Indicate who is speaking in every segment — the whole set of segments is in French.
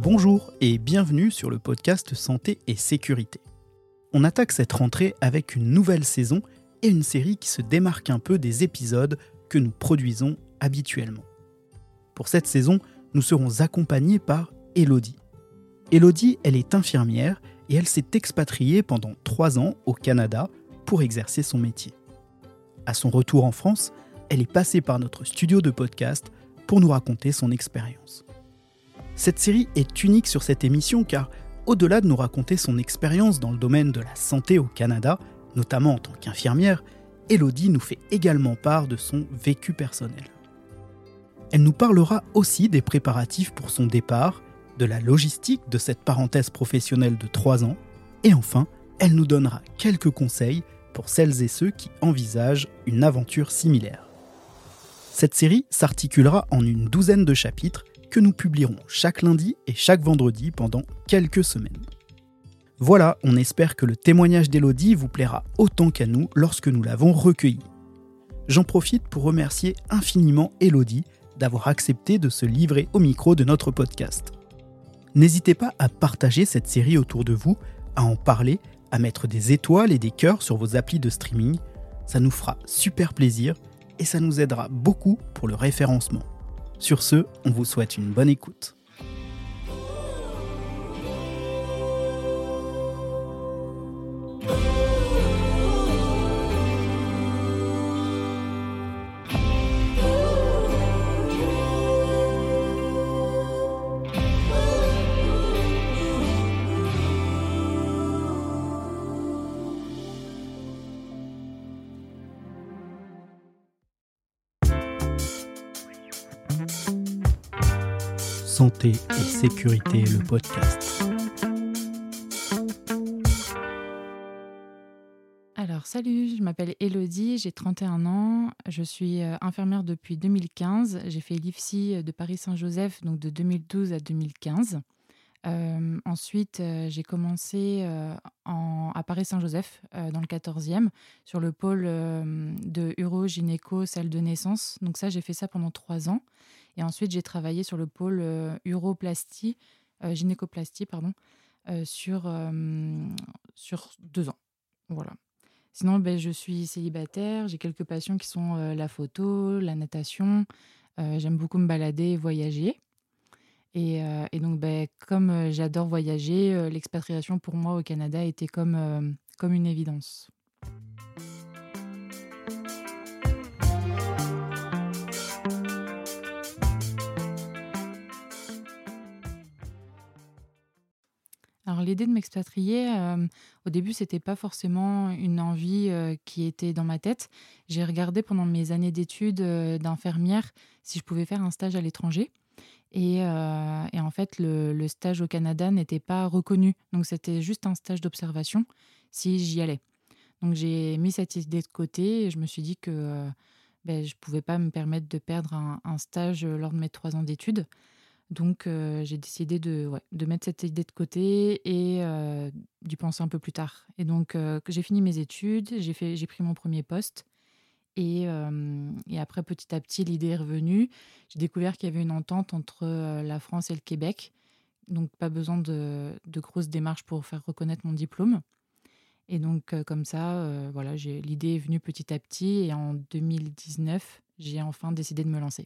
Speaker 1: Bonjour et bienvenue sur le podcast Santé et Sécurité. On attaque cette rentrée avec une nouvelle saison et une série qui se démarque un peu des épisodes que nous produisons habituellement. Pour cette saison, nous serons accompagnés par Élodie. Élodie, elle est infirmière et elle s'est expatriée pendant 3 ans au Canada pour exercer son métier. À son retour en France, elle est passée par notre studio de podcast pour nous raconter son expérience. Cette série est unique sur cette émission car, au-delà de nous raconter son expérience dans le domaine de la santé au Canada, notamment en tant qu'infirmière, Élodie nous fait également part de son vécu personnel. Elle nous parlera aussi des préparatifs pour son départ, de la logistique de cette parenthèse professionnelle de 3 ans, et enfin, elle nous donnera quelques conseils pour celles et ceux qui envisagent une aventure similaire. Cette série s'articulera en une 12aine de chapitres que nous publierons chaque lundi et chaque vendredi pendant quelques semaines. Voilà, on espère que le témoignage d'Élodie vous plaira autant qu'à nous lorsque nous l'avons recueilli. J'en profite pour remercier infiniment Élodie d'avoir accepté de se livrer au micro de notre podcast. N'hésitez pas à partager cette série autour de vous, à en parler, à mettre des étoiles et des cœurs sur vos applis de streaming. Ça nous fera super plaisir et ça nous aidera beaucoup pour le référencement. Sur ce, on vous souhaite une bonne écoute. Santé et Sécurité, le podcast.
Speaker 2: Alors salut, je m'appelle Élodie, j'ai 31 ans, je suis infirmière depuis 2015. J'ai fait l'IFSI de Paris-Saint-Joseph, donc de 2012 à 2015. Ensuite, j'ai commencé à Paris-Saint-Joseph, dans le 14e, sur le pôle de uro-gynéco, salle de naissance. Donc ça, j'ai fait ça pendant 3 ans. Et ensuite, j'ai travaillé sur le pôle uroplastie, gynécoplastie, sur 2 ans. Voilà. Sinon, je suis célibataire, j'ai quelques passions qui sont la photo, la natation. J'aime beaucoup me balader et voyager. Et donc, comme j'adore voyager, l'expatriation pour moi au Canada était comme une évidence. Alors l'idée de m'expatrier, au début, c'était pas forcément une envie qui était dans ma tête. J'ai regardé pendant mes années d'études d'infirmière si je pouvais faire un stage à l'étranger. Et en fait, le stage au Canada n'était pas reconnu. Donc, c'était juste un stage d'observation si j'y allais. Donc, j'ai mis cette idée de côté et je me suis dit que je ne pouvais pas me permettre de perdre un stage lors de mes 3 ans d'études. Donc, j'ai décidé de mettre cette idée de côté et d'y penser un peu plus tard. Et donc, j'ai fini mes études, j'ai pris mon premier poste. Et après, petit à petit, l'idée est revenue. J'ai découvert qu'il y avait une entente entre la France et le Québec. Donc, pas besoin de grosses démarches pour faire reconnaître mon diplôme. Et donc, comme ça, l'idée est venue petit à petit. Et en 2019, j'ai enfin décidé de me lancer.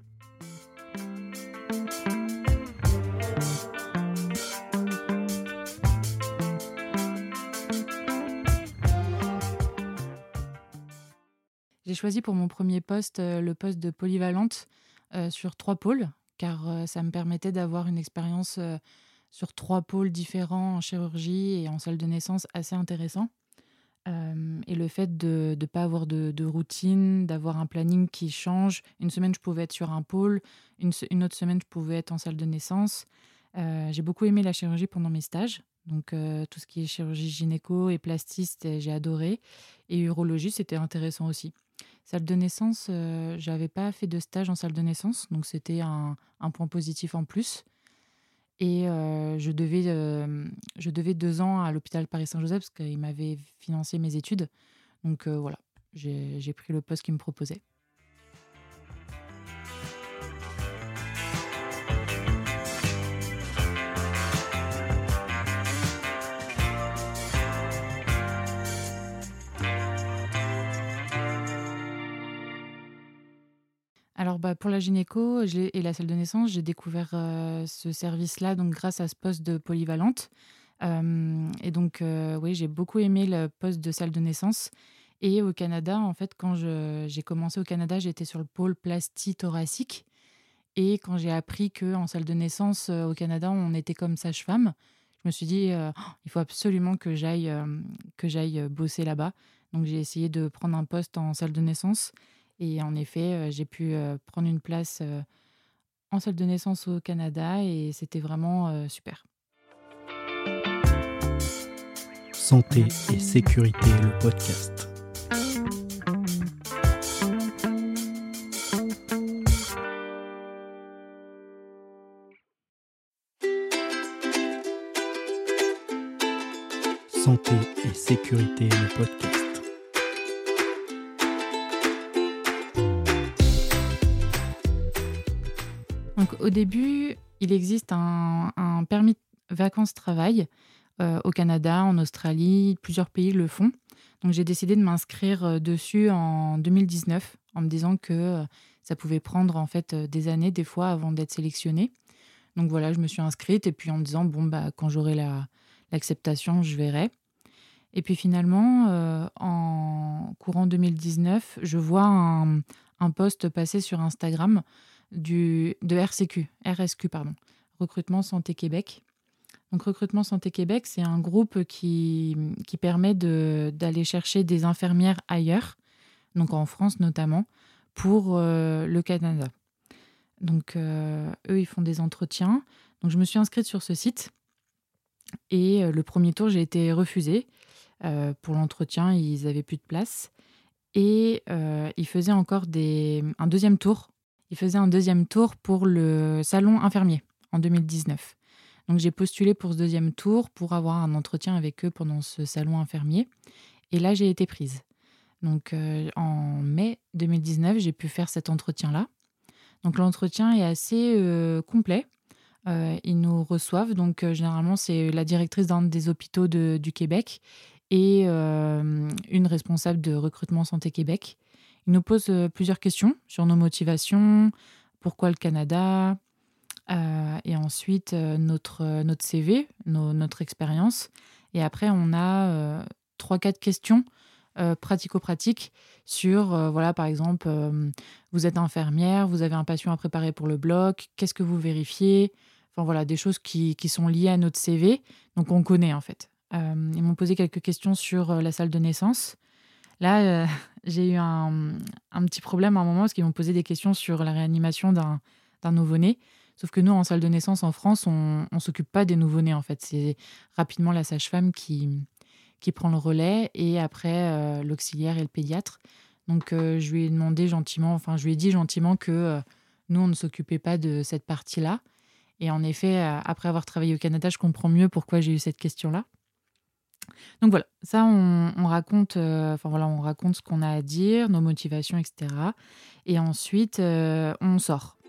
Speaker 2: J'ai choisi pour mon premier poste le poste de polyvalente sur 3 pôles, car ça me permettait d'avoir une expérience sur 3 pôles différents en chirurgie et en salle de naissance assez intéressant. Et le fait de ne pas avoir de routine, d'avoir un planning qui change. Une semaine, je pouvais être sur un pôle, une autre semaine, je pouvais être en salle de naissance. J'ai beaucoup aimé la chirurgie pendant mes stages. Donc, tout ce qui est chirurgie gynéco et plastiste, j'ai adoré. Et urologie, c'était intéressant aussi. Salle de naissance, j'avais pas fait de stage en salle de naissance, donc c'était un point positif en plus. Et je devais 2 ans à l'hôpital Paris-Saint-Joseph parce qu'il m'avait financé mes études. Donc voilà, j'ai pris le poste qu'il me proposait. Alors, pour la gynéco et la salle de naissance, j'ai découvert ce service-là donc grâce à ce poste de polyvalente. Et donc, oui, j'ai beaucoup aimé le poste de salle de naissance. Et au Canada, en fait, quand j'ai commencé au Canada, j'étais sur le pôle plastie thoracique. Et quand j'ai appris qu'en salle de naissance, au Canada, on était comme sage-femme, je me suis dit, il faut absolument que j'aille bosser là-bas. Donc j'ai essayé de prendre un poste en salle de naissance et en effet, j'ai pu, prendre une place, en salle de naissance au Canada et c'était vraiment, super.
Speaker 1: Santé et sécurité, le podcast. Santé et sécurité, le podcast.
Speaker 2: Donc au début, il existe un permis de vacances-travail, au Canada, en Australie, plusieurs pays le font. Donc j'ai décidé de m'inscrire, dessus en 2019 en me disant que, ça pouvait prendre en fait, des années des fois avant d'être sélectionnée. Donc voilà, je me suis inscrite et puis en me disant: «Bon, quand j'aurai l'acceptation, je verrai». Et puis finalement, en courant 2019, je vois un post passer sur Instagram de RSQ pardon, Recrutement Santé Québec. Donc Recrutement Santé Québec, c'est un groupe qui permet d'aller chercher des infirmières ailleurs, donc en France notamment, pour le Canada. Donc eux, ils font des entretiens. Donc je me suis inscrite sur ce site et le premier tour, j'ai été refusée. Pour l'entretien, ils n'avaient plus de place. Et ils faisaient encore un deuxième tour. Ils faisaient un deuxième tour pour le salon infirmier en 2019. Donc j'ai postulé pour ce deuxième tour pour avoir un entretien avec eux pendant ce salon infirmier. Et là, j'ai été prise. Donc en mai 2019, j'ai pu faire cet entretien-là. Donc l'entretien est assez complet. Ils nous reçoivent. Donc généralement, c'est la directrice d'un des hôpitaux du Québec et une responsable de recrutement Santé Québec. Ils nous posent plusieurs questions sur nos motivations, pourquoi le Canada, et ensuite notre CV, notre expérience. Et après, on a 3-4 questions pratico-pratiques sur, voilà, par exemple, vous êtes infirmière, vous avez un patient à préparer pour le bloc, qu'est-ce que vous vérifiez? Enfin voilà, des choses qui sont liées à notre CV, donc on connaît en fait. Ils m'ont posé quelques questions sur la salle de naissance. Là, j'ai eu un petit problème à un moment parce qu'ils m'ont posé des questions sur la réanimation d'un nouveau-né. Sauf que nous, en salle de naissance en France, on ne s'occupe pas des nouveau-nés en fait. C'est rapidement la sage-femme qui prend le relais et après l'auxiliaire et le pédiatre. Donc je lui ai dit gentiment que nous, on ne s'occupait pas de cette partie-là. Et en effet, après avoir travaillé au Canada, je comprends mieux pourquoi j'ai eu cette question-là. Donc voilà, ça on raconte, on raconte ce qu'on a à dire, nos motivations, etc. Et ensuite, on sort.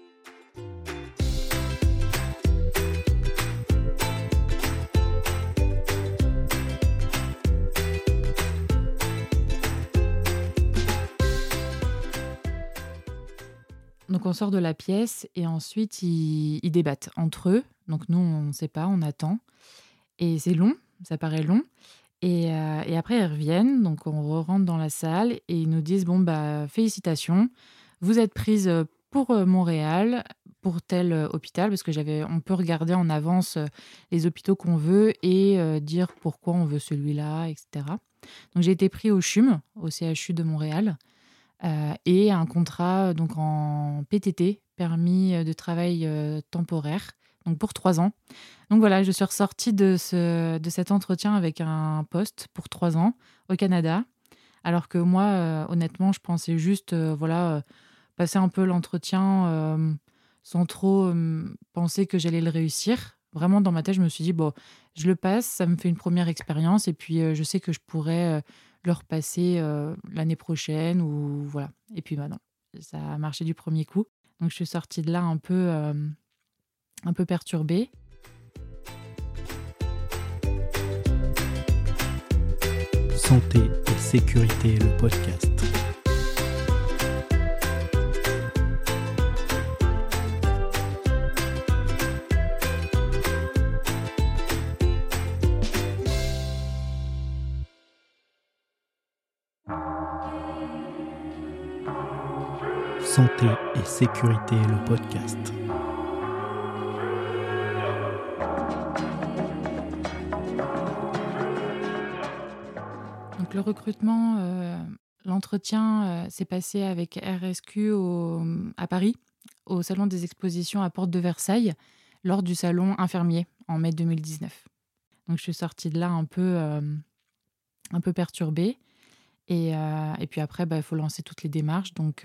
Speaker 2: Donc on sort de la pièce et ensuite ils débattent entre eux. Donc nous, on ne sait pas, on attend. Et c'est long, ça paraît long. Et après, ils reviennent, donc on rentre dans la salle et ils nous disent, félicitations, vous êtes prise pour Montréal, pour tel hôpital, parce que on peut regarder en avance les hôpitaux qu'on veut et dire pourquoi on veut celui-là, etc. Donc j'ai été prise au CHUM, au CHU de Montréal, et un contrat donc en PTT, permis de travail temporaire, donc pour 3 ans. Donc voilà, je suis ressortie de cet entretien avec un poste pour 3 ans au Canada. Alors que moi, honnêtement, je pensais juste passer un peu l'entretien sans trop penser que j'allais le réussir. Vraiment, dans ma tête, je me suis dit, je le passe, ça me fait une première expérience et puis je sais que je pourrais le repasser l'année prochaine ou voilà. Et puis non, ça a marché du premier coup. Donc je suis sortie de là un peu perturbée.
Speaker 1: Santé et sécurité, le podcast. Santé et sécurité, le podcast.
Speaker 2: Donc le recrutement, l'entretien s'est passé avec RSQ à Paris, au Salon des expositions à Porte de Versailles, lors du salon infirmier en mai 2019. Donc je suis sortie de là un peu perturbée. Et puis après, il faut lancer toutes les démarches. Donc,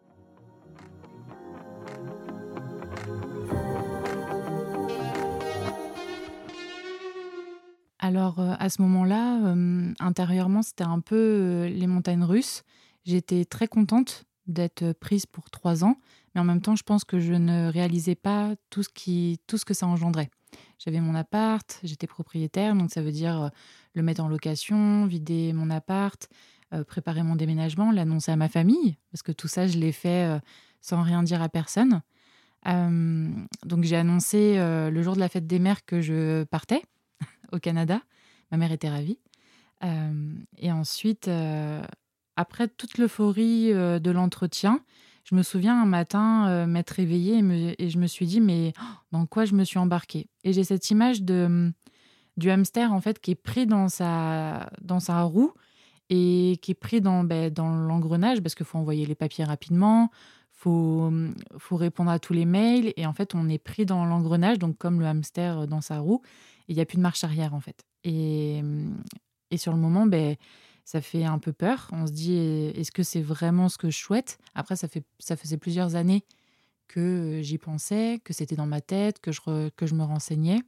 Speaker 2: alors, à ce moment-là, intérieurement, c'était un peu les montagnes russes. J'étais très contente d'être prise pour 3 ans, mais en même temps, je pense que je ne réalisais pas tout ce que ça engendrait. J'avais mon appart, j'étais propriétaire, donc ça veut dire le mettre en location, vider mon appart, préparer mon déménagement, l'annoncer à ma famille, parce que tout ça, je l'ai fait sans rien dire à personne. Donc j'ai annoncé le jour de la fête des mères que je partais au Canada. Ma mère était ravie. Et ensuite, après toute l'euphorie de l'entretien, je me souviens un matin m'être réveillée et je me suis dit, mais dans quoi je me suis embarquée? Et j'ai cette image du hamster en fait qui est pris dans sa roue et qui est pris dans l'engrenage parce qu'il faut envoyer les papiers rapidement, faut répondre à tous les mails et en fait on est pris dans l'engrenage, donc comme le hamster dans sa roue, et il n'y a plus de marche arrière en fait. Et sur le moment, ça fait un peu peur. On se dit, est-ce que c'est vraiment ce que je souhaite? Après, ça faisait plusieurs années que j'y pensais, que c'était dans ma tête, que je me renseignais.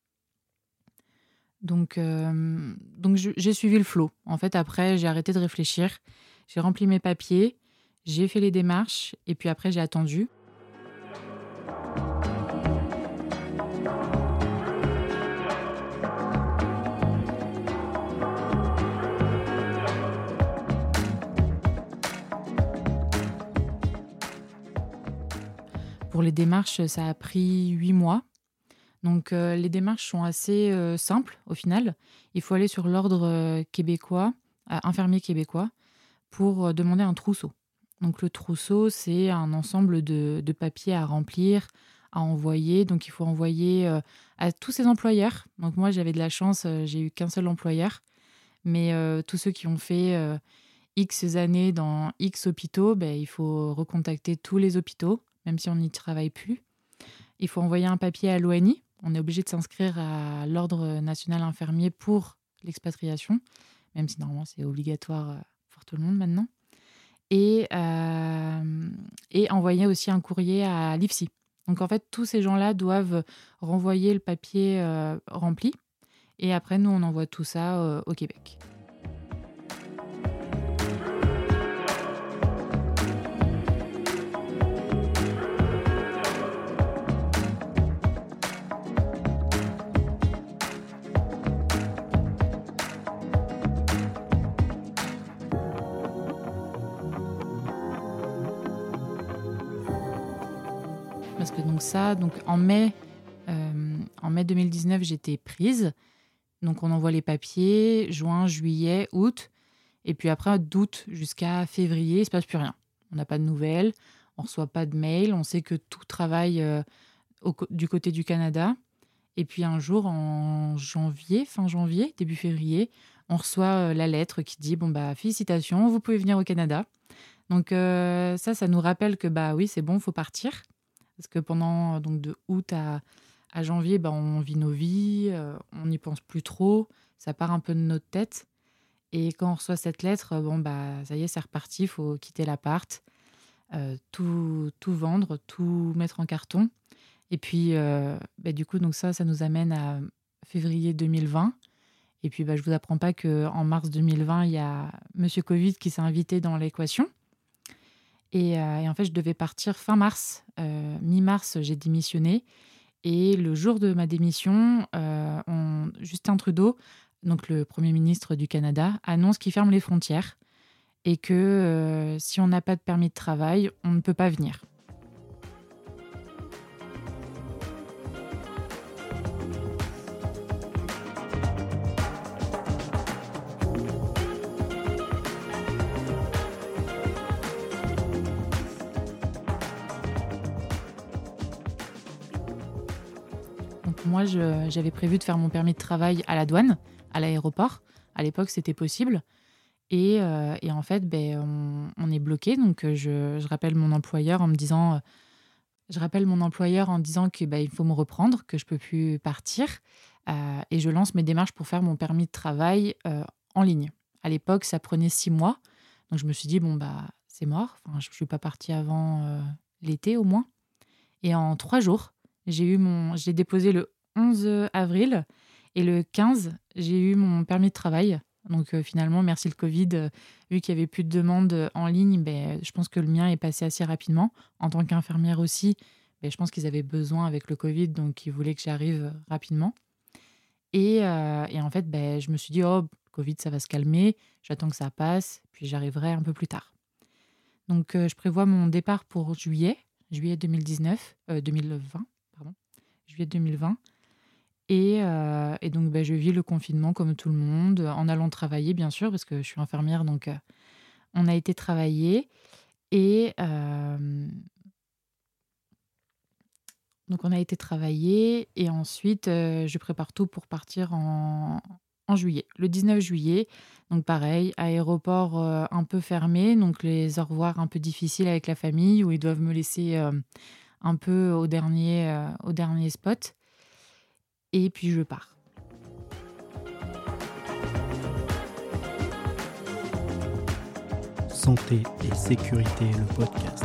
Speaker 2: Donc j'ai suivi le flow. En fait, après, j'ai arrêté de réfléchir. J'ai rempli mes papiers, j'ai fait les démarches et puis après, j'ai attendu. Pour les démarches, ça a pris 8 mois. Donc, les démarches sont assez simples au final. Il faut aller sur l'ordre québécois, infirmier québécois, pour demander un trousseau. Donc, le trousseau, c'est un ensemble de papiers à remplir, à envoyer. Donc, il faut envoyer à tous ses employeurs. Donc, moi, j'avais de la chance, j'ai eu qu'un seul employeur. Mais tous ceux qui ont fait X années dans X hôpitaux, il faut recontacter tous les hôpitaux, même si on n'y travaille plus. Il faut envoyer un papier à l'ONI. On est obligé de s'inscrire à l'Ordre national infirmier pour l'expatriation, même si normalement c'est obligatoire pour tout le monde maintenant. Et envoyer aussi un courrier à l'IFSI. Donc en fait, tous ces gens-là doivent renvoyer le papier rempli. Et après, nous, on envoie tout ça au Québec. Parce que donc en mai 2019, j'étais prise. Donc on envoie les papiers, juin, juillet, août. Et puis après, d'août jusqu'à février, il ne se passe plus rien. On n'a pas de nouvelles, on ne reçoit pas de mail. On sait que tout travaille du côté du Canada. Et puis un jour, fin janvier, début février, on reçoit la lettre qui dit félicitations, vous pouvez venir au Canada. Donc ça nous rappelle que oui, c'est bon, il faut partir. Parce que pendant de août à janvier, on vit nos vies, on n'y pense plus trop, ça part un peu de notre tête. Et quand on reçoit cette lettre, ça y est, c'est reparti, il faut quitter l'appart, tout vendre, tout mettre en carton. Et puis, du coup, donc ça nous amène à février 2020. Et puis, je vous apprends pas qu'en mars 2020, il y a Monsieur Covid qui s'est invité dans l'équation. Et en fait, je devais partir fin mars. Mi-mars, j'ai démissionné. Et le jour de ma démission, Justin Trudeau, donc le Premier ministre du Canada, annonce qu'il ferme les frontières et que si on n'a pas de permis de travail, on ne peut pas venir. moi, j'avais prévu de faire mon permis de travail à la douane, à l'aéroport. À l'époque, c'était possible. Et en fait, on est bloqué. Donc, je rappelle mon employeur en me disant, que il faut me reprendre, que je peux plus partir. Et je lance mes démarches pour faire mon permis de travail en ligne. À l'époque, ça prenait 6 mois. Donc, je me suis dit, c'est mort. Enfin, je ne suis pas partie avant l'été au moins. Et en 3 jours, j'ai déposé le 11 avril. Et le 15, j'ai eu mon permis de travail. Donc finalement, merci le Covid, vu qu'il n'y avait plus de demandes en ligne, je pense que le mien est passé assez rapidement. En tant qu'infirmière aussi, je pense qu'ils avaient besoin avec le Covid, donc ils voulaient que j'arrive rapidement. Et en fait, je me suis dit, oh, Covid, ça va se calmer, j'attends que ça passe, puis j'arriverai un peu plus tard. Donc je prévois mon départ pour juillet 2020, pardon, juillet 2020. Et donc, je vis le confinement comme tout le monde, en allant travailler, bien sûr, parce que je suis infirmière, donc on a été travailler. Et donc, on a été travailler. Et ensuite, je prépare tout pour partir en juillet. Le 19 juillet, donc pareil, aéroport un peu fermé, donc les au revoir un peu difficiles avec la famille, où ils doivent me laisser un peu au dernier spot. Et puis, je pars.
Speaker 1: Santé et sécurité, le podcast.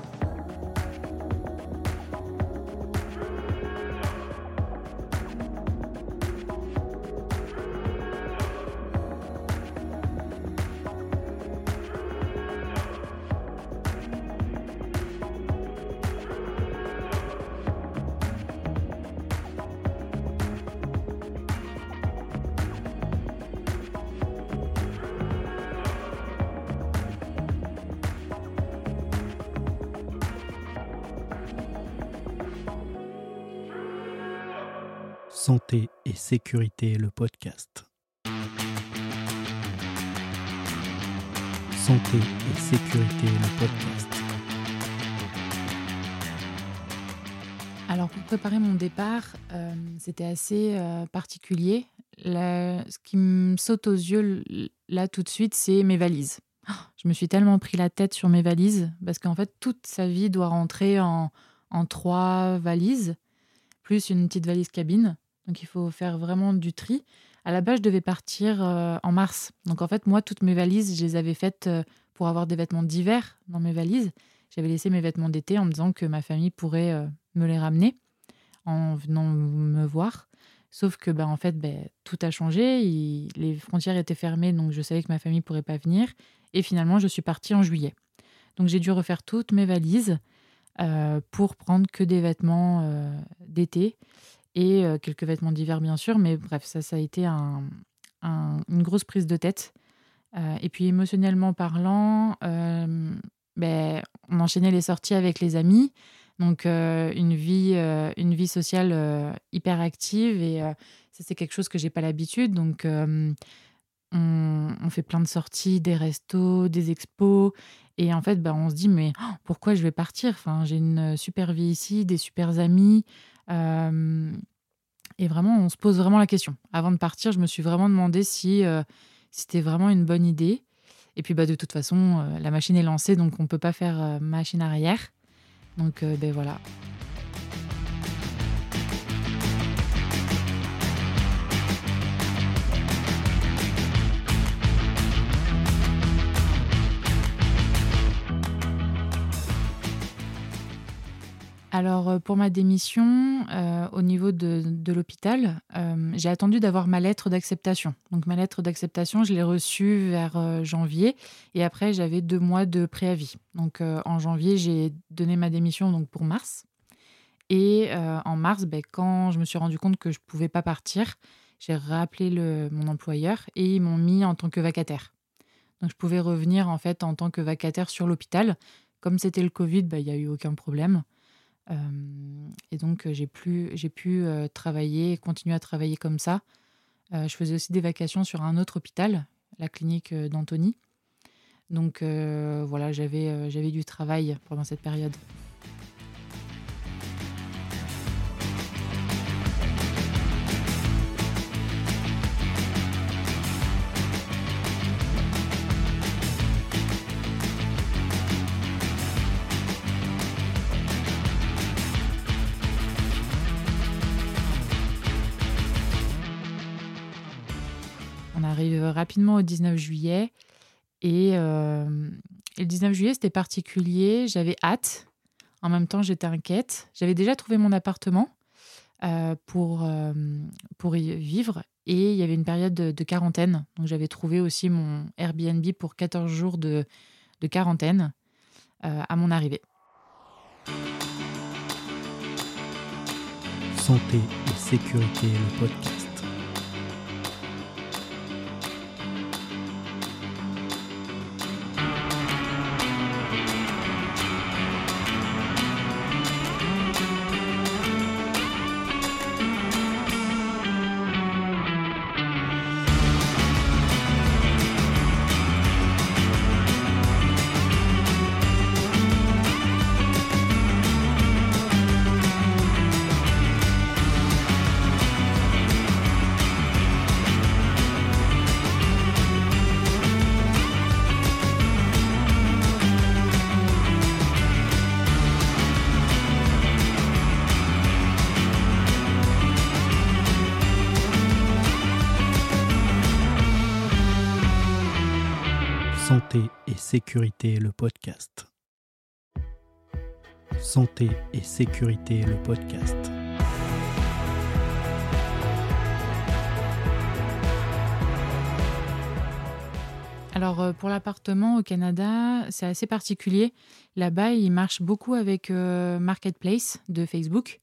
Speaker 1: Santé et sécurité, le podcast. Santé et sécurité, le podcast.
Speaker 2: Alors, pour préparer mon départ, c'était assez particulier. Ce qui me saute aux yeux, là, tout de suite, c'est mes valises. Je me suis tellement pris la tête sur mes valises, parce qu'en fait, toute sa vie doit rentrer en 3 valises, plus une petite valise cabine. Donc, il faut faire vraiment du tri. À la base, je devais partir en mars. Donc, en fait, moi, toutes mes valises, je les avais faites pour avoir des vêtements d'hiver dans mes valises. J'avais laissé mes vêtements d'été en me disant que ma famille pourrait me les ramener en venant me voir. Sauf que, en fait, tout a changé. Les frontières étaient fermées, donc je savais que ma famille ne pourrait pas venir. Et finalement, je suis partie en juillet. Donc, j'ai dû refaire toutes mes valises pour prendre que des vêtements d'été et quelques vêtements d'hiver, bien sûr. Mais bref, ça a été une grosse prise de tête. Et puis, émotionnellement parlant, on enchaînait les sorties avec les amis. Donc, une vie sociale hyper active. Et ça, c'est quelque chose que je n'ai pas l'habitude. Donc, on fait plein de sorties, des restos, des expos. Et en fait, on se dit, mais pourquoi je vais partir ? Enfin, j'ai une super vie ici, des super amis. Et vraiment, on se pose vraiment la question. Avant de partir, je me suis vraiment demandé si c'était vraiment une bonne idée. Et puis, de toute façon, la machine est lancée, donc on ne peut pas faire machine arrière. Donc, voilà. Alors, pour ma démission, au niveau de l'hôpital, j'ai attendu d'avoir ma lettre d'acceptation. Donc, ma lettre d'acceptation, je l'ai reçue vers janvier. Et après, j'avais 2 mois de préavis. Donc, en janvier, j'ai donné ma démission donc, pour mars. Et en mars, quand je me suis rendu compte que je ne pouvais pas partir, j'ai rappelé mon employeur et ils m'ont mis en tant que vacataire. Donc, je pouvais revenir en fait en tant que vacataire sur l'hôpital. Comme c'était le Covid, il n'y a eu aucun problème. Et donc, j'ai pu travailler, continuer à travailler comme ça. Je faisais aussi des vacations sur un autre hôpital, la clinique d'Antony. Donc, voilà, j'avais du travail pendant cette période. arrive rapidement au 19 juillet. Et le 19 juillet, c'était particulier. J'avais hâte. En même temps, j'étais inquiète. J'avais déjà trouvé mon appartement pour y vivre. Et il y avait une période de quarantaine. Donc, j'avais trouvé aussi mon Airbnb pour 14 jours de quarantaine à mon arrivée.
Speaker 1: Santé et sécurité, le podcast. Santé et sécurité, le podcast. Santé et sécurité, le podcast.
Speaker 2: Alors, pour l'appartement au Canada, c'est assez particulier. Là-bas, ils marchent beaucoup avec Marketplace de Facebook.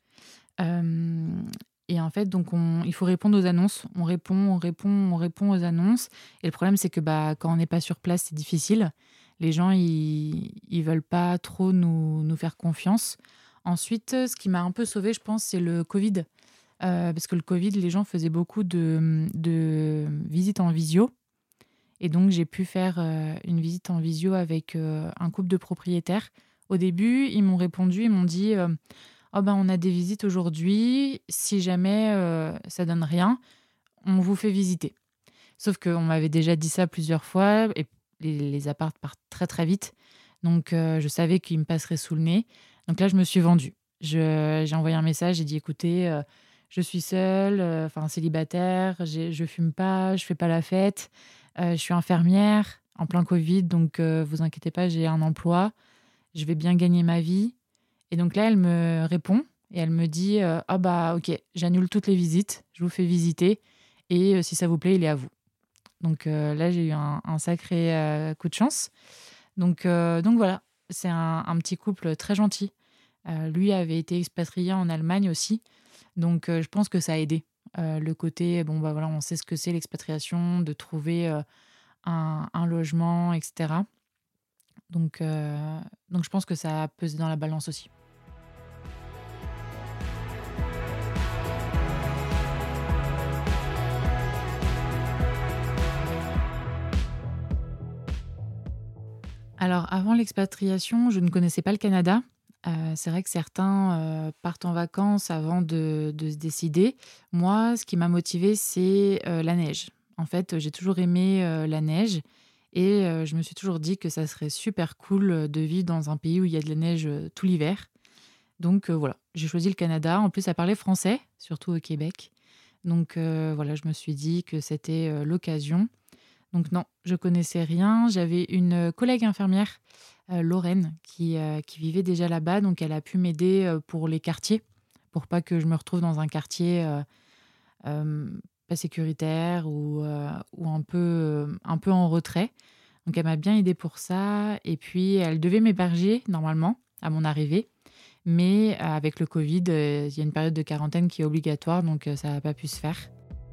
Speaker 2: Et en fait, donc il faut répondre aux annonces. On répond aux annonces. Et le problème, c'est que quand on n'est pas sur place, c'est difficile. Les gens, ils veulent pas trop nous faire confiance. Ensuite, ce qui m'a un peu sauvée, je pense, c'est le Covid. Parce que le Covid, les gens faisaient beaucoup de visites en visio. Et donc, j'ai pu faire une visite en visio avec un couple de propriétaires. Au début, ils m'ont répondu, ils m'ont dit on a des visites aujourd'hui. Si jamais ça donne rien, on vous fait visiter. Sauf qu'on m'avait déjà dit ça plusieurs fois et les apparts partent très très vite. Donc, je savais qu'ils me passeraient sous le nez. Donc là, je me suis vendue. J'ai envoyé un message, j'ai dit écoutez, je suis seule, célibataire, je fume pas, je fais pas la fête. Je suis infirmière en plein Covid, donc vous inquiétez pas, j'ai un emploi, je vais bien gagner ma vie. Et donc là, elle me répond et elle me dit ok, j'annule toutes les visites, je vous fais visiter et si ça vous plaît, il est à vous. Donc là, j'ai eu un sacré coup de chance. Donc voilà, c'est un petit couple très gentil. Lui avait été expatrié en Allemagne aussi, donc je pense que ça a aidé. Le côté, on sait ce que c'est l'expatriation, de trouver un logement, etc. Donc je pense que ça a pesé dans la balance aussi. Alors, avant l'expatriation, je ne connaissais pas le Canada. C'est vrai que certains partent en vacances avant de se décider. Moi, ce qui m'a motivée, c'est la neige. En fait, j'ai toujours aimé la neige et je me suis toujours dit que ça serait super cool de vivre dans un pays où il y a de la neige tout l'hiver. Donc voilà, j'ai choisi le Canada. En plus, ça parlait français, surtout au Québec. Donc voilà, je me suis dit que c'était l'occasion. Donc non, je connaissais rien. J'avais une collègue infirmière, Lorraine, qui vivait déjà là-bas. Donc elle a pu m'aider pour les quartiers, pour pas que je me retrouve dans un quartier pas sécuritaire ou un peu en retrait. Donc elle m'a bien aidée pour ça. Et puis elle devait m'héberger normalement à mon arrivée. Mais avec le Covid, il y a une période de quarantaine qui est obligatoire, donc ça n'a pas pu se faire.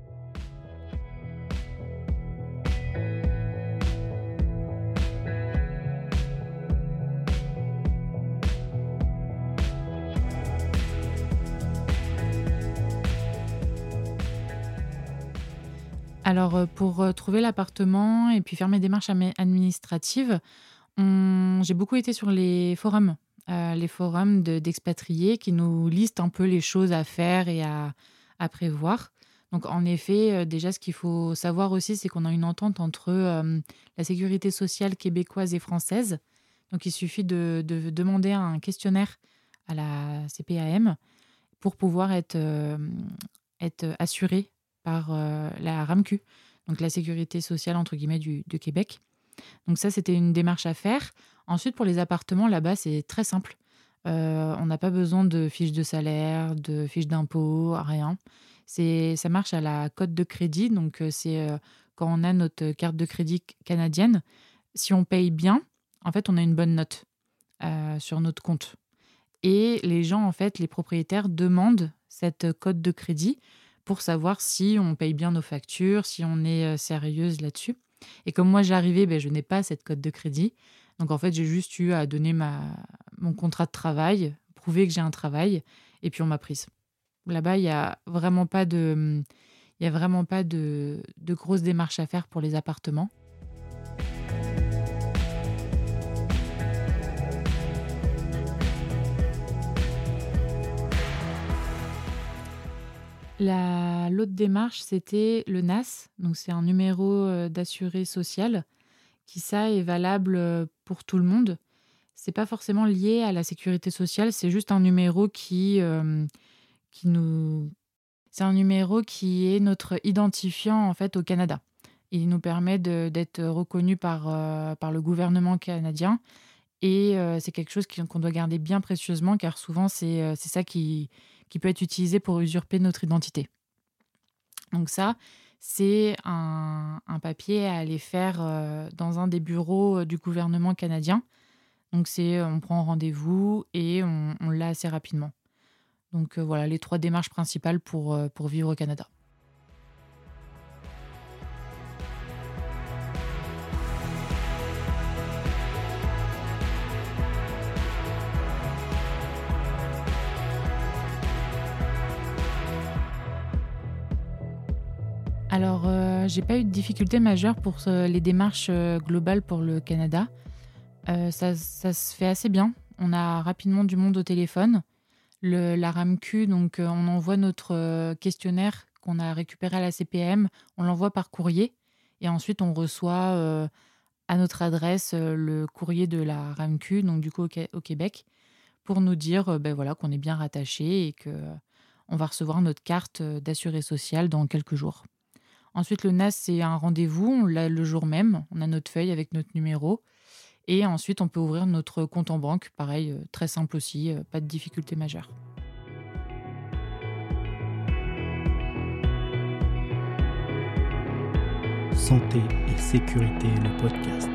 Speaker 2: Alors, pour trouver l'appartement et puis faire mes démarches administratives, j'ai beaucoup été sur les forums d'expatriés qui nous listent un peu les choses à faire et à prévoir. Donc, en effet, déjà, ce qu'il faut savoir aussi, c'est qu'on a une entente entre la sécurité sociale québécoise et française. Donc, il suffit de demander un questionnaire à la CPAM pour pouvoir être assuré par la RAMQ. donc la sécurité sociale entre guillemets du Québec. Donc ça, c'était une démarche à faire. Ensuite, pour les appartements, là-bas, c'est très simple. On n'a pas besoin de fiches de salaire, de fiches d'impôt, rien. Ça marche à la cote de crédit. Donc, c'est quand on a notre carte de crédit canadienne, si on paye bien, en fait, on a une bonne note sur notre compte. Et les gens, en fait, les propriétaires demandent cette cote de crédit pour savoir si on paye bien nos factures, si on est sérieuse là-dessus. Et comme moi, j'arrivais, je n'ai pas cette cote de crédit. Donc, en fait, j'ai juste eu à donner mon contrat de travail, prouver que j'ai un travail, et puis on m'a prise. Là-bas, il n'y a vraiment pas de grosses démarches à faire pour les appartements. L'autre démarche, c'était le NAS. Donc, c'est un numéro d'assuré social qui, ça, est valable pour tout le monde. C'est pas forcément lié à la sécurité sociale, c'est juste un numéro c'est un numéro qui est notre identifiant en fait au Canada. Il nous permet d'être reconnu par le gouvernement canadien et c'est quelque chose qu'on doit garder bien précieusement car souvent c'est ça qui peut être utilisé pour usurper notre identité. Donc ça, c'est un papier à aller faire dans un des bureaux du gouvernement canadien. Donc on prend rendez-vous et on l'a assez rapidement. Donc voilà les 3 démarches principales pour vivre au Canada. Alors, j'ai pas eu de difficultés majeures pour les démarches globales pour le Canada. Ça se fait assez bien. On a rapidement du monde au téléphone. La RAMQ, donc on envoie notre questionnaire qu'on a récupéré à la CPM, on l'envoie par courrier et ensuite on reçoit à notre adresse le courrier de la RAMQ, donc du coup au Québec, pour nous dire voilà, qu'on est bien rattaché et qu'on va recevoir notre carte d'assuré social dans quelques jours. Ensuite, le NAS, c'est un rendez-vous, on l'a le jour même, on a notre feuille avec notre numéro. Et ensuite, on peut ouvrir notre compte en banque. Pareil, très simple aussi, pas de difficulté majeure.
Speaker 1: Santé et sécurité, le podcast.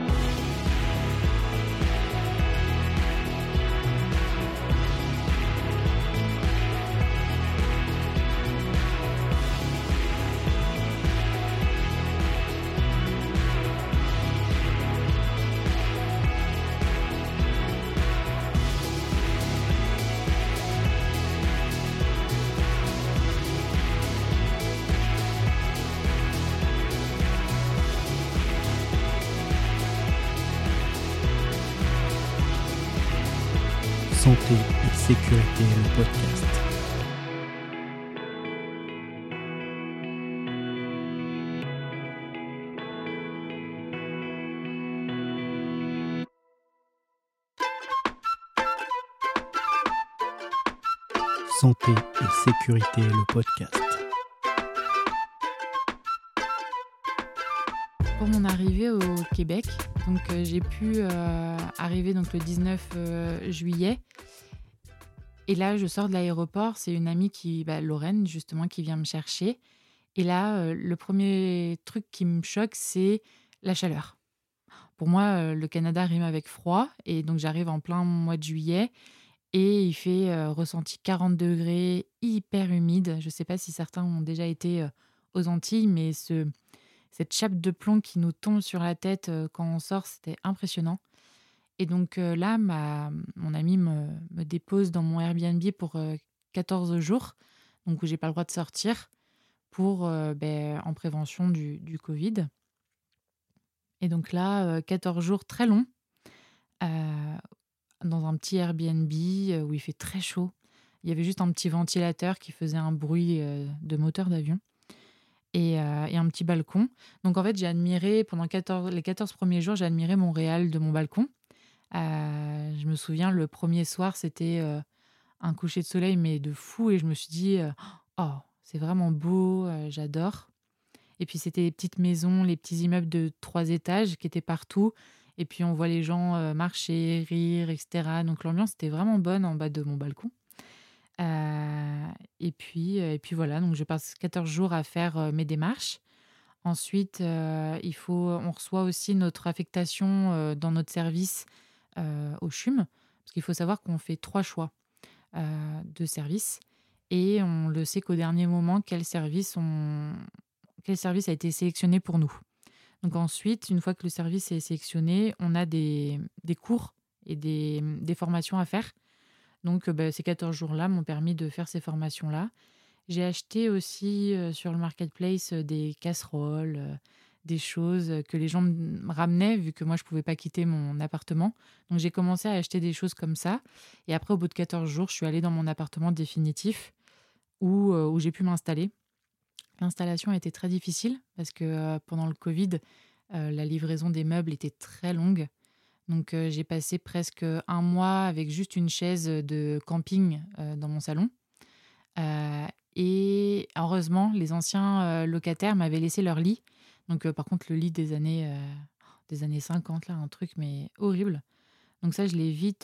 Speaker 1: Santé et sécurité, le podcast. Santé et sécurité, le podcast.
Speaker 2: Pour mon arrivée au Québec, donc j'ai pu arriver donc le 19 juillet. Et là, je sors de l'aéroport. C'est une amie Lorraine, justement, qui vient me chercher. Et là, le premier truc qui me choque, c'est la chaleur. Pour moi, le Canada rime avec froid. Et donc, j'arrive en plein mois de juillet. Et il fait ressenti 40 degrés, hyper humide. Je ne sais pas si certains ont déjà été aux Antilles, mais cette chape de plomb qui nous tombe sur la tête quand on sort, c'était impressionnant. Et donc là, mon amie me dépose dans mon Airbnb pour 14 jours, donc où j'ai pas le droit de sortir, pour en prévention du Covid. Et donc là, 14 jours très longs, dans un petit Airbnb où il fait très chaud. Il y avait juste un petit ventilateur qui faisait un bruit de moteur d'avion. Et un petit balcon. Donc en fait, j'ai admiré, pendant les 14 premiers jours, j'ai admiré Montréal de mon balcon. Je me souviens, le premier soir, c'était un coucher de soleil, mais de fou. Et je me suis dit, oh, c'est vraiment beau, j'adore. Et puis, c'était les petites maisons, les petits immeubles de 3 étages qui étaient partout. Et puis, on voit les gens marcher, rire, etc. Donc, l'ambiance était vraiment bonne en bas de mon balcon. Et puis voilà, donc je passe 14 jours à faire mes démarches. Ensuite, on reçoit aussi notre affectation dans notre service au CHUM, parce qu'il faut savoir qu'on fait 3 choix de service et on le sait qu'au dernier moment, quel service a été sélectionné pour nous. Donc ensuite, une fois que le service est sélectionné, on a des cours et des formations à faire. Donc ces 14 jours-là m'ont permis de faire ces formations-là. J'ai acheté aussi sur le marketplace des casseroles, des choses que les gens me ramenaient, vu que moi, je ne pouvais pas quitter mon appartement. Donc, j'ai commencé à acheter des choses comme ça. Et après, au bout de 14 jours, je suis allée dans mon appartement définitif où j'ai pu m'installer. L'installation a été très difficile parce que pendant le Covid, la livraison des meubles était très longue. Donc, j'ai passé presque un mois avec juste une chaise de camping dans mon salon. Et heureusement, les anciens locataires m'avaient laissé leur lit. Donc, par contre, le lit des années 50, là, un truc, mais horrible. Donc ça, je l'ai vite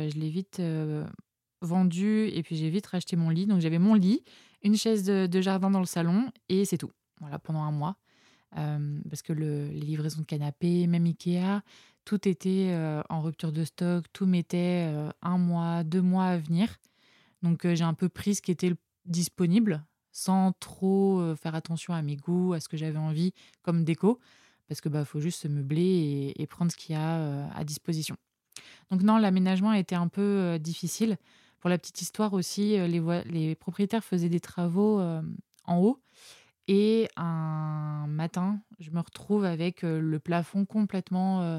Speaker 2: vendu et puis j'ai vite racheté mon lit. Donc, j'avais mon lit, une chaise de jardin dans le salon et c'est tout. Voilà, pendant un mois. Parce que les livraisons de canapés, même Ikea, tout était en rupture de stock. Tout mettait 1 mois, 2 mois à venir. Donc, j'ai un peu pris ce qui était disponible sans trop faire attention à mes goûts, à ce que j'avais envie comme déco, parce que faut juste se meubler et prendre ce qu'il y a à disposition. Donc non, l'aménagement a été un peu difficile. Pour la petite histoire aussi, les propriétaires faisaient des travaux en haut et un matin, je me retrouve avec le plafond complètement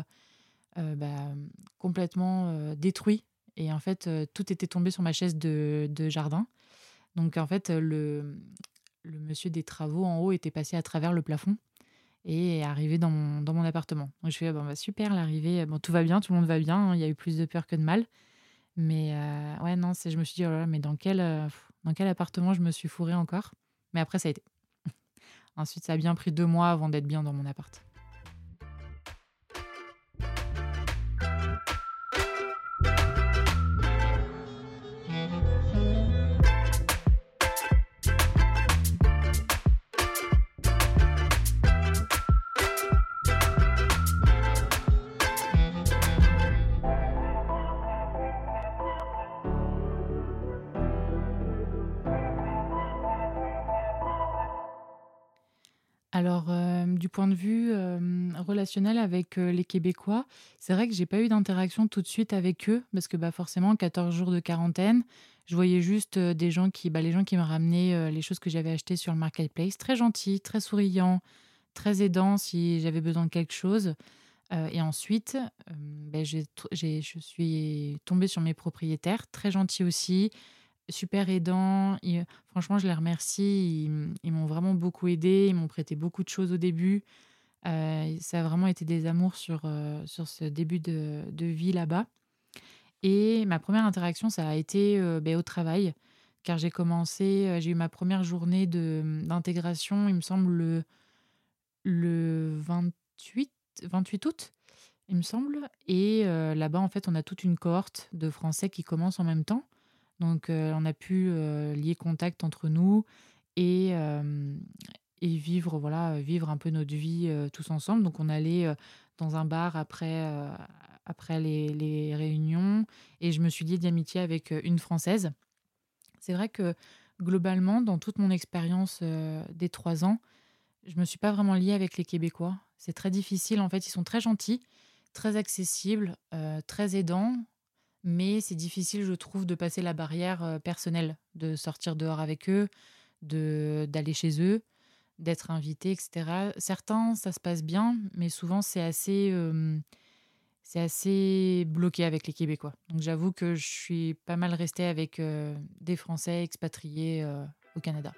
Speaker 2: détruit. Et en fait, tout était tombé sur ma chaise de jardin. Donc, en fait, le monsieur des travaux en haut était passé à travers le plafond et est arrivé dans mon appartement. Donc, je fais super, l'arrivée. Bon, tout va bien, tout le monde va bien. Hein, il y a eu plus de peur que de mal. Mais ouais, non, je me suis dit, oh là là, mais dans quel appartement je me suis fourrée encore? Mais après, ça a été. Ensuite, ça a bien pris 2 mois avant d'être bien dans mon appart. Alors, du point de vue relationnel avec les Québécois, c'est vrai que j'ai pas eu d'interaction tout de suite avec eux parce que forcément, 14 jours de quarantaine, je voyais juste les gens qui me ramenaient les choses que j'avais achetées sur le marketplace. Très gentils, très souriants, très aidants si j'avais besoin de quelque chose. Et ensuite, je suis tombée sur mes propriétaires, très gentils aussi, super aidants. Franchement, je les remercie. Ils m'ont vraiment beaucoup aidée. Ils m'ont prêté beaucoup de choses au début. Ça a vraiment été des amours sur ce début de vie là-bas. Et ma première interaction, ça a été au travail, car j'ai eu ma première journée d'intégration, il me semble, le 28 août, il me semble. Et là-bas, en fait, on a toute une cohorte de Français qui commence en même temps. Donc, on a pu lier contact entre nous et vivre un peu notre vie tous ensemble. Donc, on allait dans un bar après les réunions et je me suis liée d'amitié avec une Française. C'est vrai que globalement, dans toute mon expérience des 3 ans, je ne me suis pas vraiment liée avec les Québécois. C'est très difficile. En fait, ils sont très gentils, très accessibles, très aidants. Mais c'est difficile, je trouve, de passer la barrière personnelle, de sortir dehors avec eux, d'aller chez eux, d'être invité, etc. Certains, ça se passe bien, mais souvent, c'est assez bloqué avec les Québécois. Donc, j'avoue que je suis pas mal restée avec des Français expatriés au Canada.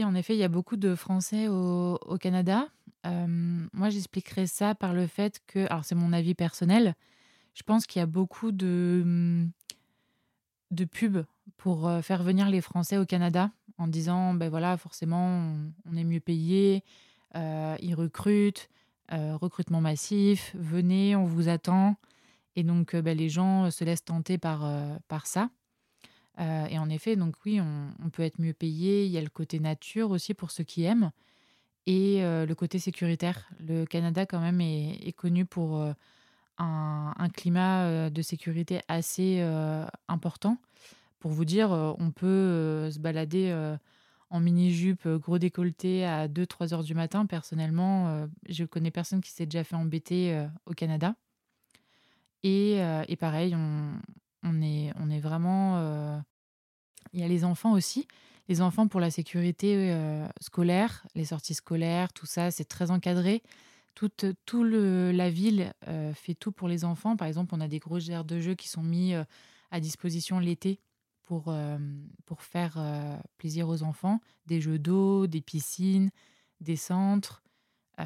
Speaker 2: en effet, il y a beaucoup de Français au Canada. Moi, j'expliquerais ça par le fait que, alors c'est mon avis personnel, je pense qu'il y a beaucoup de pubs pour faire venir les Français au Canada en disant, ben voilà, forcément, on est mieux payé, ils recrutent, recrutement massif, venez, on vous attend. Et donc, ben, les gens se laissent tenter par ça. Et en effet, donc oui, on peut être mieux payé. Il y a le côté nature aussi pour ceux qui aiment et le côté sécuritaire. Le Canada, quand même, est connu pour un climat de sécurité assez important. Pour vous dire, on peut se balader en mini-jupe, gros décolleté à 2-3 heures du matin. Personnellement, je connais personne qui s'est déjà fait embêter au Canada. Et pareil, on est vraiment. Il y a les enfants aussi. Les enfants pour la sécurité scolaire, les sorties scolaires, tout ça, c'est très encadré. La ville fait tout pour les enfants. Par exemple, on a des grosses aires de jeux qui sont mis à disposition l'été pour faire plaisir aux enfants. Des jeux d'eau, des piscines, des centres. euh,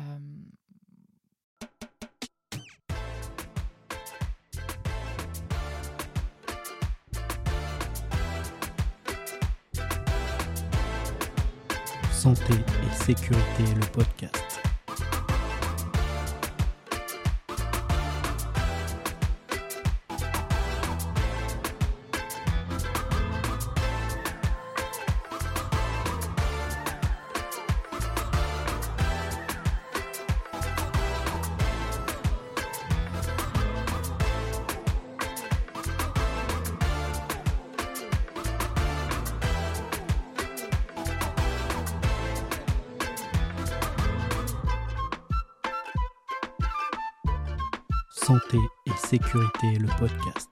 Speaker 1: Santé et sécurité, le podcast. Santé et sécurité, le podcast.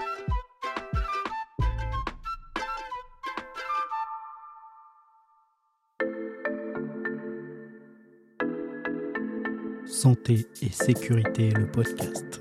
Speaker 1: Santé et sécurité, le podcast.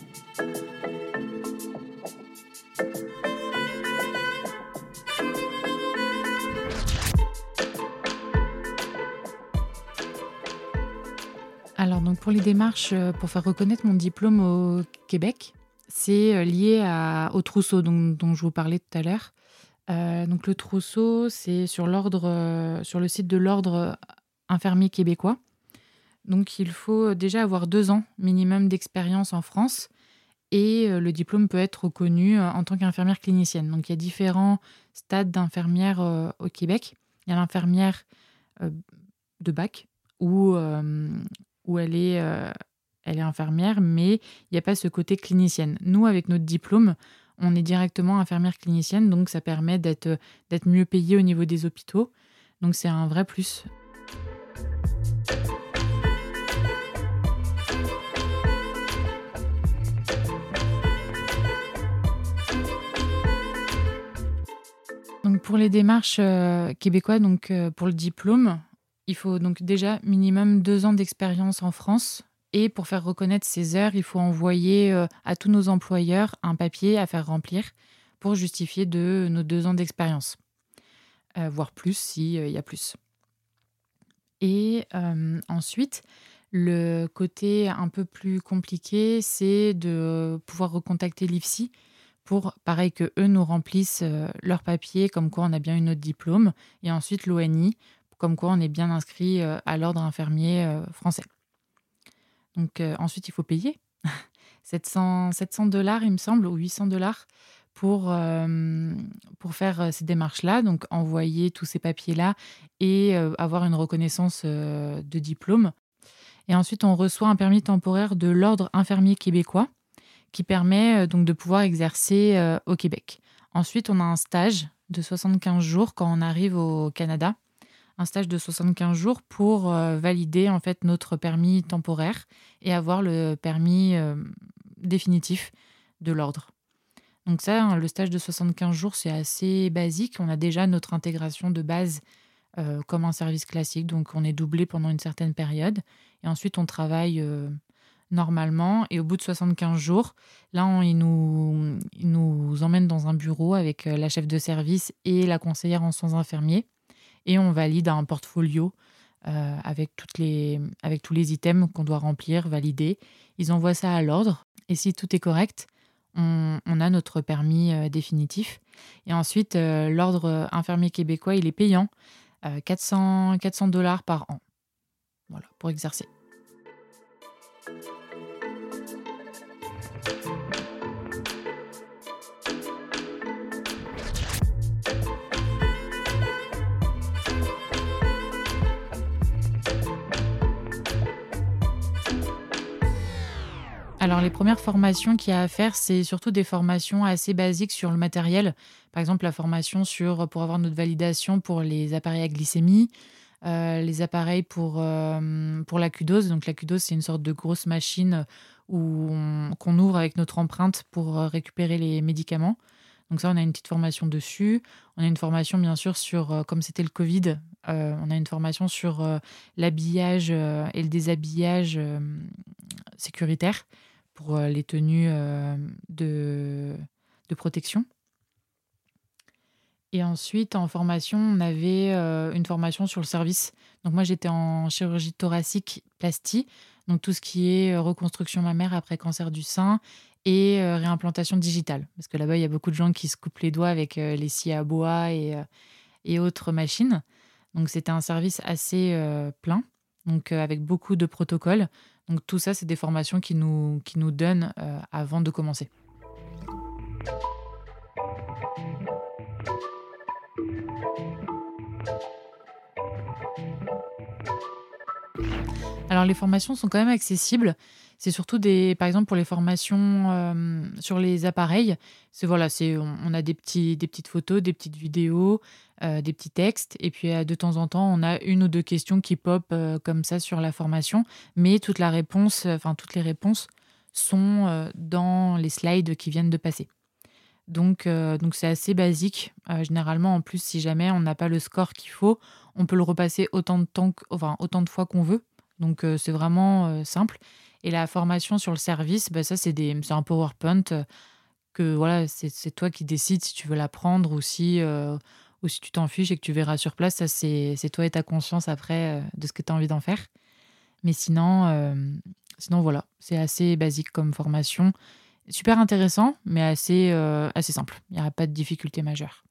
Speaker 2: Alors, donc pour les démarches, pour faire reconnaître mon diplôme au Québec, c'est lié au trousseau dont je vous parlais tout à l'heure. Donc le trousseau, c'est sur le site de l'Ordre infirmier québécois. Donc il faut déjà avoir 2 ans minimum d'expérience en France et le diplôme peut être reconnu en tant qu'infirmière clinicienne. Donc il y a différents stades d'infirmière au Québec. Il y a l'infirmière de bac où elle est infirmière, mais il n'y a pas ce côté clinicienne. Nous, avec notre diplôme, on est directement infirmière clinicienne, donc ça permet d'être mieux payé au niveau des hôpitaux. Donc c'est un vrai plus. Donc pour les démarches québécois, donc pour le diplôme, il faut donc déjà minimum 2 ans d'expérience en France. Et pour faire reconnaître ces heures, il faut envoyer à tous nos employeurs un papier à faire remplir pour justifier de nos 2 ans d'expérience, voire plus s'il y a plus. Et ensuite, le côté un peu plus compliqué, c'est de pouvoir recontacter l'IFSI pour, pareil, que eux nous remplissent leurs papiers, comme quoi on a bien eu notre diplôme, et ensuite l'ONI, comme quoi on est bien inscrit à l'ordre infirmier français. Donc ensuite, il faut payer 700 $, il me semble, ou 800 $ pour faire ces démarches-là, donc envoyer tous ces papiers-là et avoir une reconnaissance de diplôme. Et ensuite, on reçoit un permis temporaire de l'Ordre infirmier québécois qui permet donc de pouvoir exercer au Québec. Ensuite, on a un stage de 75 jours quand on arrive au Canada. Un stage de 75 jours pour valider en fait notre permis temporaire et avoir le permis définitif de l'ordre. Donc ça, le stage de 75 jours, c'est assez basique. On a déjà notre intégration de base comme un service classique. Donc on est doublé pendant une certaine période. Et ensuite, on travaille normalement. Et au bout de 75 jours, là, ils nous emmènent dans un bureau avec la chef de service et la conseillère en soins infirmiers. et on valide un portfolio avec tous les items qu'on doit remplir, valider. Ils envoient ça à l'ordre et si tout est correct, on a notre permis définitif. Et ensuite, l'ordre infirmier québécois, il est payant, 400 $ par an, voilà, pour exercer. Alors, les premières formations qu'il y a à faire, c'est surtout des formations assez basiques sur le matériel. Par exemple, la formation pour avoir notre validation pour les appareils à glycémie, les appareils pour la Q-Dose. Donc, la Q-Dose, c'est une sorte de grosse machine qu'on ouvre avec notre empreinte pour récupérer les médicaments. Donc ça, on a une petite formation dessus. On a une formation, bien sûr, sur, comme c'était le Covid, on a une formation sur l'habillage et le déshabillage sécuritaire pour les tenues de protection. Et ensuite, en formation, on avait une formation sur le service. Donc moi, j'étais en chirurgie thoracique plastie, donc tout ce qui est reconstruction mammaire après cancer du sein et réimplantation digitale. Parce que là-bas, il y a beaucoup de gens qui se coupent les doigts avec les scies à bois et autres machines. Donc c'était un service assez plein, donc avec beaucoup de protocoles. Donc tout ça, c'est des formations qui nous donnent avant de commencer. Alors les formations sont quand même accessibles. C'est surtout par exemple pour les formations sur les appareils. On a des petites photos, des petites vidéos, des petits textes. Et puis de temps en temps, on a une ou deux questions qui pop comme ça sur la formation. Mais toutes les réponses sont dans les slides qui viennent de passer. Donc c'est assez basique. Généralement, en plus, si jamais on n'a pas le score qu'il faut, on peut le repasser autant de fois qu'on veut. Donc c'est vraiment simple. Et la formation sur le service, ça c'est un PowerPoint que voilà, c'est toi qui décides si tu veux l'apprendre ou si tu t'en fiches et que tu verras sur place. Ça c'est toi et ta conscience après de ce que tu as envie d'en faire. Mais sinon voilà, c'est assez basique comme formation. Super intéressant, mais assez simple. Il n'y aura pas de difficulté majeure.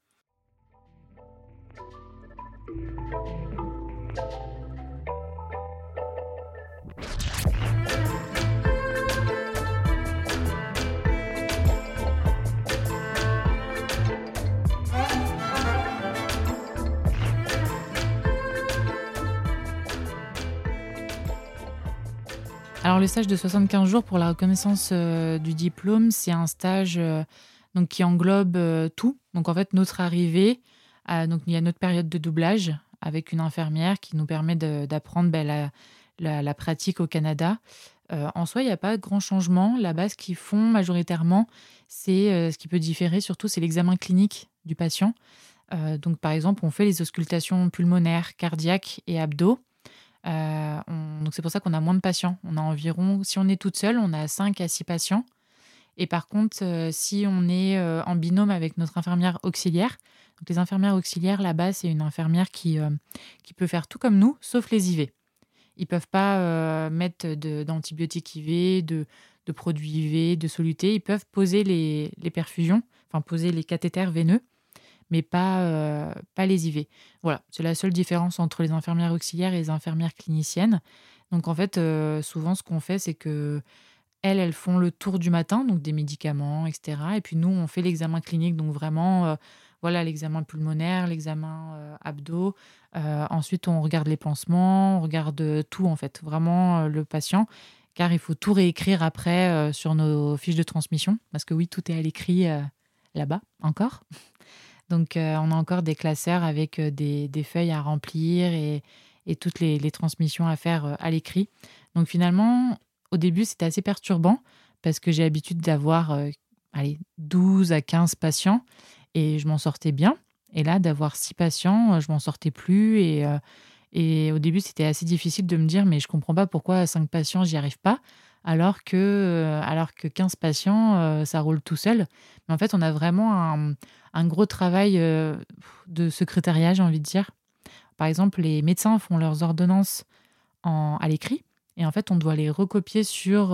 Speaker 2: Alors, le stage de 75 jours pour la reconnaissance du diplôme, c'est un stage donc, qui englobe tout. Donc, en fait, notre arrivée, donc, il y a notre période de doublage avec une infirmière qui nous permet d'apprendre la pratique au Canada. En soi, il n'y a pas grand changement. Là-bas, ce qu'ils font majoritairement, c'est ce qui peut différer surtout, c'est l'examen clinique du patient. Donc, par exemple, on fait les auscultations pulmonaires, cardiaques et abdos. Donc c'est pour ça qu'on a moins de patients. On a environ, si on est toute seule, on a 5 à 6 patients. Et par contre, si on est en binôme avec notre infirmière auxiliaire, donc les infirmières auxiliaires là-bas, c'est une infirmière qui peut faire tout comme nous, sauf les IV. Ils ne peuvent pas mettre d'antibiotiques IV, de produits IV, de solutés. Ils peuvent poser les perfusions, enfin poser les cathéters veineux, mais pas les IV. Voilà, c'est la seule différence entre les infirmières auxiliaires et les infirmières cliniciennes. Donc en fait, souvent ce qu'on fait, c'est que elles font le tour du matin, donc des médicaments, etc. Et puis nous, on fait l'examen clinique, donc vraiment, l'examen pulmonaire, l'examen abdos. Ensuite, on regarde les pansements, on regarde tout en fait, vraiment le patient, car il faut tout réécrire après sur nos fiches de transmission, parce que oui, tout est à l'écrit là-bas encore. Donc, on a encore des classeurs avec des feuilles à remplir et toutes les transmissions à faire à l'écrit. Donc, finalement, au début, c'était assez perturbant parce que j'ai l'habitude d'avoir 12 à 15 patients et je m'en sortais bien. Et là, d'avoir 6 patients, je m'en sortais plus. Et au début, c'était assez difficile de me dire, mais je ne comprends pas pourquoi à 5 patients, j'y arrive pas. Alors que 15 patients, ça roule tout seul. Mais en fait, on a vraiment un gros travail de secrétariat, j'ai envie de dire. Par exemple, les médecins font leurs ordonnances à l'écrit et en fait, on doit les recopier sur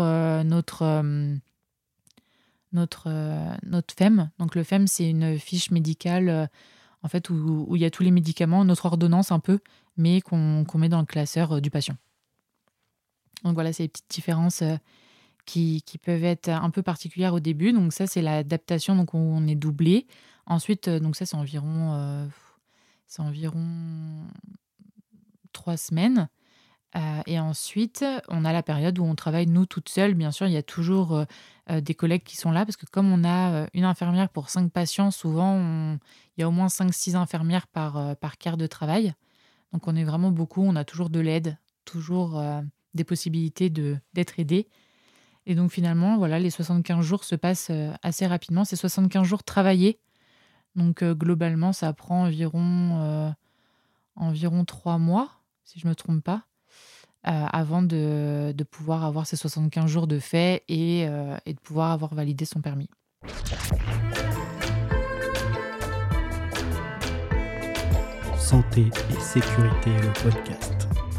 Speaker 2: notre FEM. Donc le FEM, c'est une fiche médicale en fait, où il y a tous les médicaments, notre ordonnance un peu, mais qu'on met dans le classeur du patient. Donc voilà, c'est les petites différences qui peuvent être un peu particulières au début. Donc ça, c'est l'adaptation, donc on est doublé. Ensuite, donc ça, c'est environ 3 semaines. Et ensuite, on a la période où on travaille nous toutes seules. Bien sûr, il y a toujours des collègues qui sont là parce que comme on a une infirmière pour 5 patients, souvent, il y a au moins 5-6 infirmières par quart de travail. Donc on est vraiment beaucoup, on a toujours de l'aide, toujours des possibilités d'être aidé. Et donc finalement, voilà, les 75 jours se passent assez rapidement. C'est 75 jours travaillés. Donc globalement, ça prend environ 3 mois, si je ne me trompe pas, avant de pouvoir avoir ces 75 jours de fait et de pouvoir avoir validé son permis.
Speaker 1: Santé et sécurité, le podcast.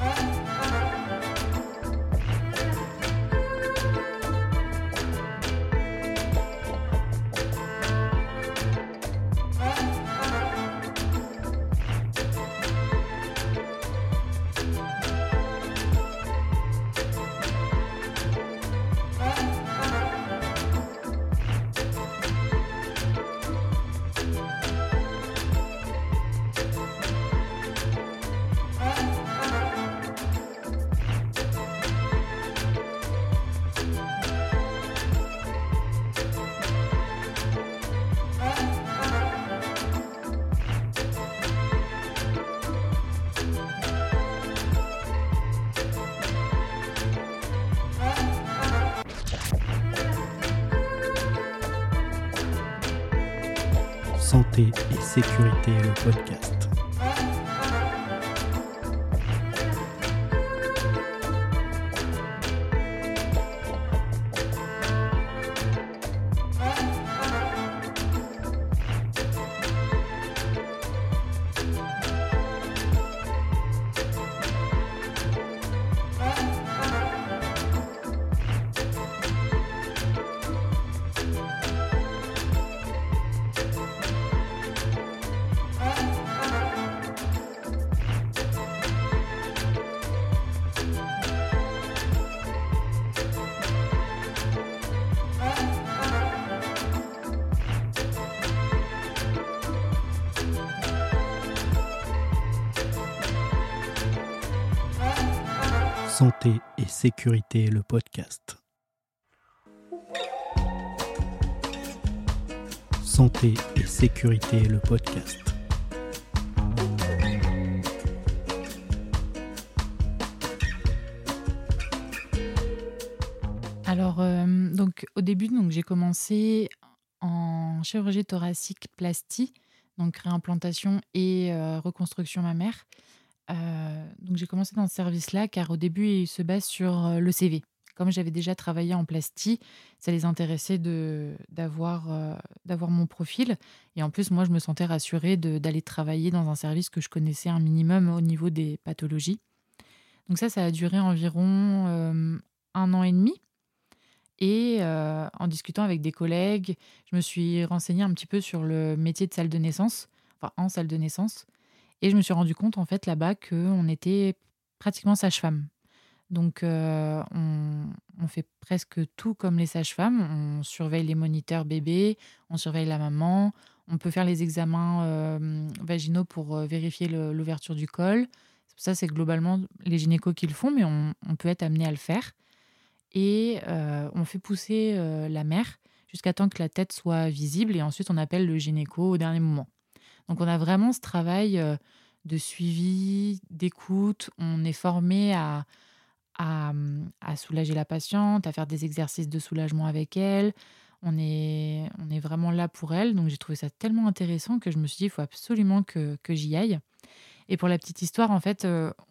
Speaker 1: Santé et sécurité, le podcast. Santé et sécurité, le podcast. Santé et sécurité, le podcast.
Speaker 2: Alors, donc au début, donc j'ai commencé en chirurgie thoracique plastie, donc réimplantation et reconstruction mammaire. Donc j'ai commencé dans ce service-là car au début, il se base sur le CV. Comme j'avais déjà travaillé en plastie, ça les intéressait d'avoir mon profil. Et en plus, moi, je me sentais rassurée d'aller travailler dans un service que je connaissais un minimum au niveau des pathologies. Donc ça a duré environ 1 an et demi. Et en discutant avec des collègues, je me suis renseignée un petit peu sur le métier de salle de naissance, enfin en salle de naissance. Et je me suis rendu compte en fait là-bas qu'on était pratiquement sage-femme. Donc on fait presque tout comme les sages-femmes. On surveille les moniteurs bébés, on surveille la maman, on peut faire les examens vaginaux pour vérifier l'ouverture du col. Ça, c'est globalement les gynécos qui le font, mais on peut être amené à le faire. Et on fait pousser la mère jusqu'à temps que la tête soit visible et ensuite on appelle le gynéco au dernier moment. Donc on a vraiment ce travail de suivi, d'écoute. On est formé à soulager la patiente, à faire des exercices de soulagement avec elle. On est vraiment là pour elle. Donc j'ai trouvé ça tellement intéressant que je me suis dit, il faut absolument que j'y aille. Et pour la petite histoire, en fait,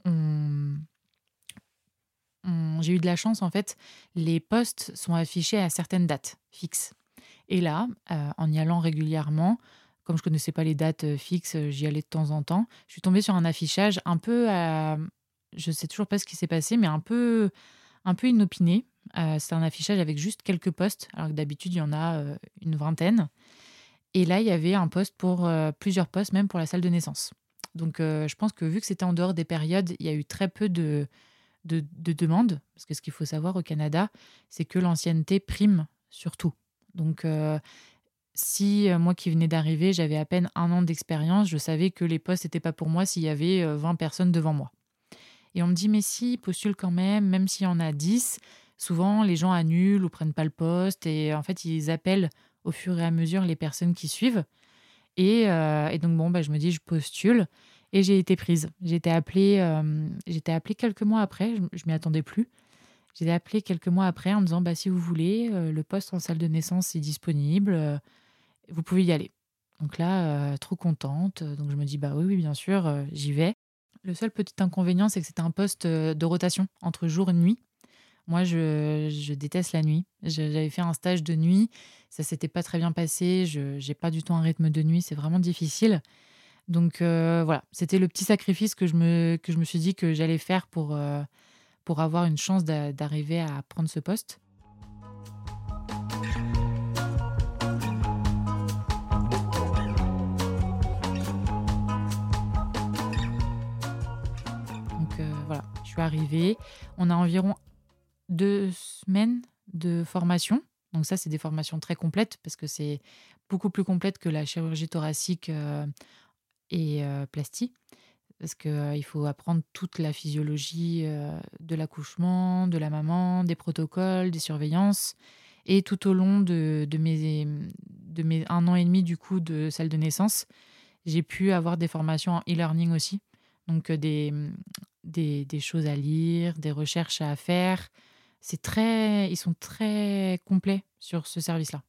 Speaker 2: j'ai eu de la chance, en fait, les postes sont affichés à certaines dates fixes. Et là, en y allant régulièrement, comme je connaissais pas les dates fixes, j'y allais de temps en temps. Je suis tombée sur un affichage un peu je sais toujours pas ce qui s'est passé, mais un peu inopiné. C'est un affichage avec juste quelques postes, alors que d'habitude, il y en a une vingtaine. Et là, il y avait un poste pour plusieurs postes, même pour la salle de naissance. Donc, je pense que vu que c'était en dehors des périodes, il y a eu très peu de demandes. Parce que ce qu'il faut savoir au Canada, c'est que l'ancienneté prime sur tout. Donc, si moi qui venais d'arriver, j'avais à peine 1 an d'expérience, je savais que les postes n'étaient pas pour moi s'il y avait 20 personnes devant moi. Et on me dit, mais si, postule quand même s'il y en a 10. Souvent, les gens annulent ou prennent pas le poste. Et en fait, ils appellent au fur et à mesure les personnes qui suivent. Et donc, bon, je me dis, je postule. Et j'ai été prise. J'ai été appelée quelques mois après. Je m'y attendais plus. J'ai été appelée quelques mois après en me disant, si vous voulez, le poste en salle de naissance est disponible. Vous pouvez y aller. Donc là, trop contente. Donc je me dis, oui, oui, bien sûr, j'y vais. Le seul petit inconvénient, c'est que c'était un poste de rotation entre jour et nuit. Moi, je déteste la nuit. J'avais fait un stage de nuit. Ça s'était pas très bien passé. Je n'ai pas du tout un rythme de nuit. C'est vraiment difficile. Donc voilà, c'était le petit sacrifice que je me suis dit que j'allais faire pour avoir une chance d'arriver à prendre ce poste. Donc voilà, je suis arrivée. On a environ 2 semaines de formation. Donc ça, c'est des formations très complètes parce que c'est beaucoup plus complète que la chirurgie thoracique et plastie. Parce qu'il faut apprendre toute la physiologie de l'accouchement, de la maman, des protocoles, des surveillances. Et tout au long de mes 1 an et demi du coup de salle de naissance, j'ai pu avoir des formations en e-learning aussi. Donc des choses à lire, des recherches à faire. Ils sont très complets sur ce service-là.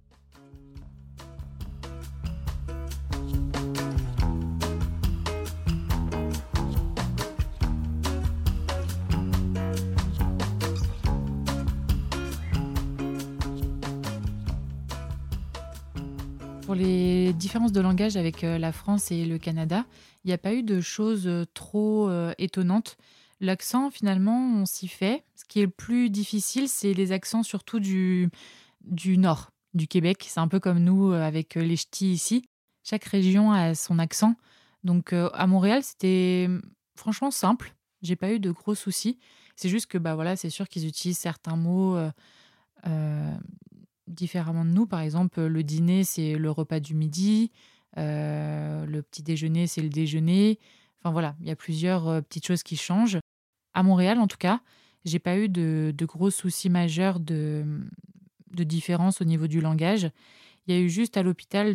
Speaker 2: Pour les différences de langage avec la France et le Canada, il n'y a pas eu de choses trop étonnantes. L'accent, finalement, on s'y fait. Ce qui est le plus difficile, c'est les accents surtout du nord, du Québec. C'est un peu comme nous avec les ch'tis ici. Chaque région a son accent. Donc à Montréal, c'était franchement simple. J'ai pas eu de gros soucis. C'est juste que voilà, c'est sûr qu'ils utilisent certains mots euh, différemment de nous. Par exemple, le dîner, c'est le repas du midi. Le petit déjeuner, c'est le déjeuner. Enfin voilà, il y a plusieurs petites choses qui changent. À Montréal, en tout cas, j'ai pas eu de gros soucis majeurs de différence au niveau du langage. Il y a eu juste à l'hôpital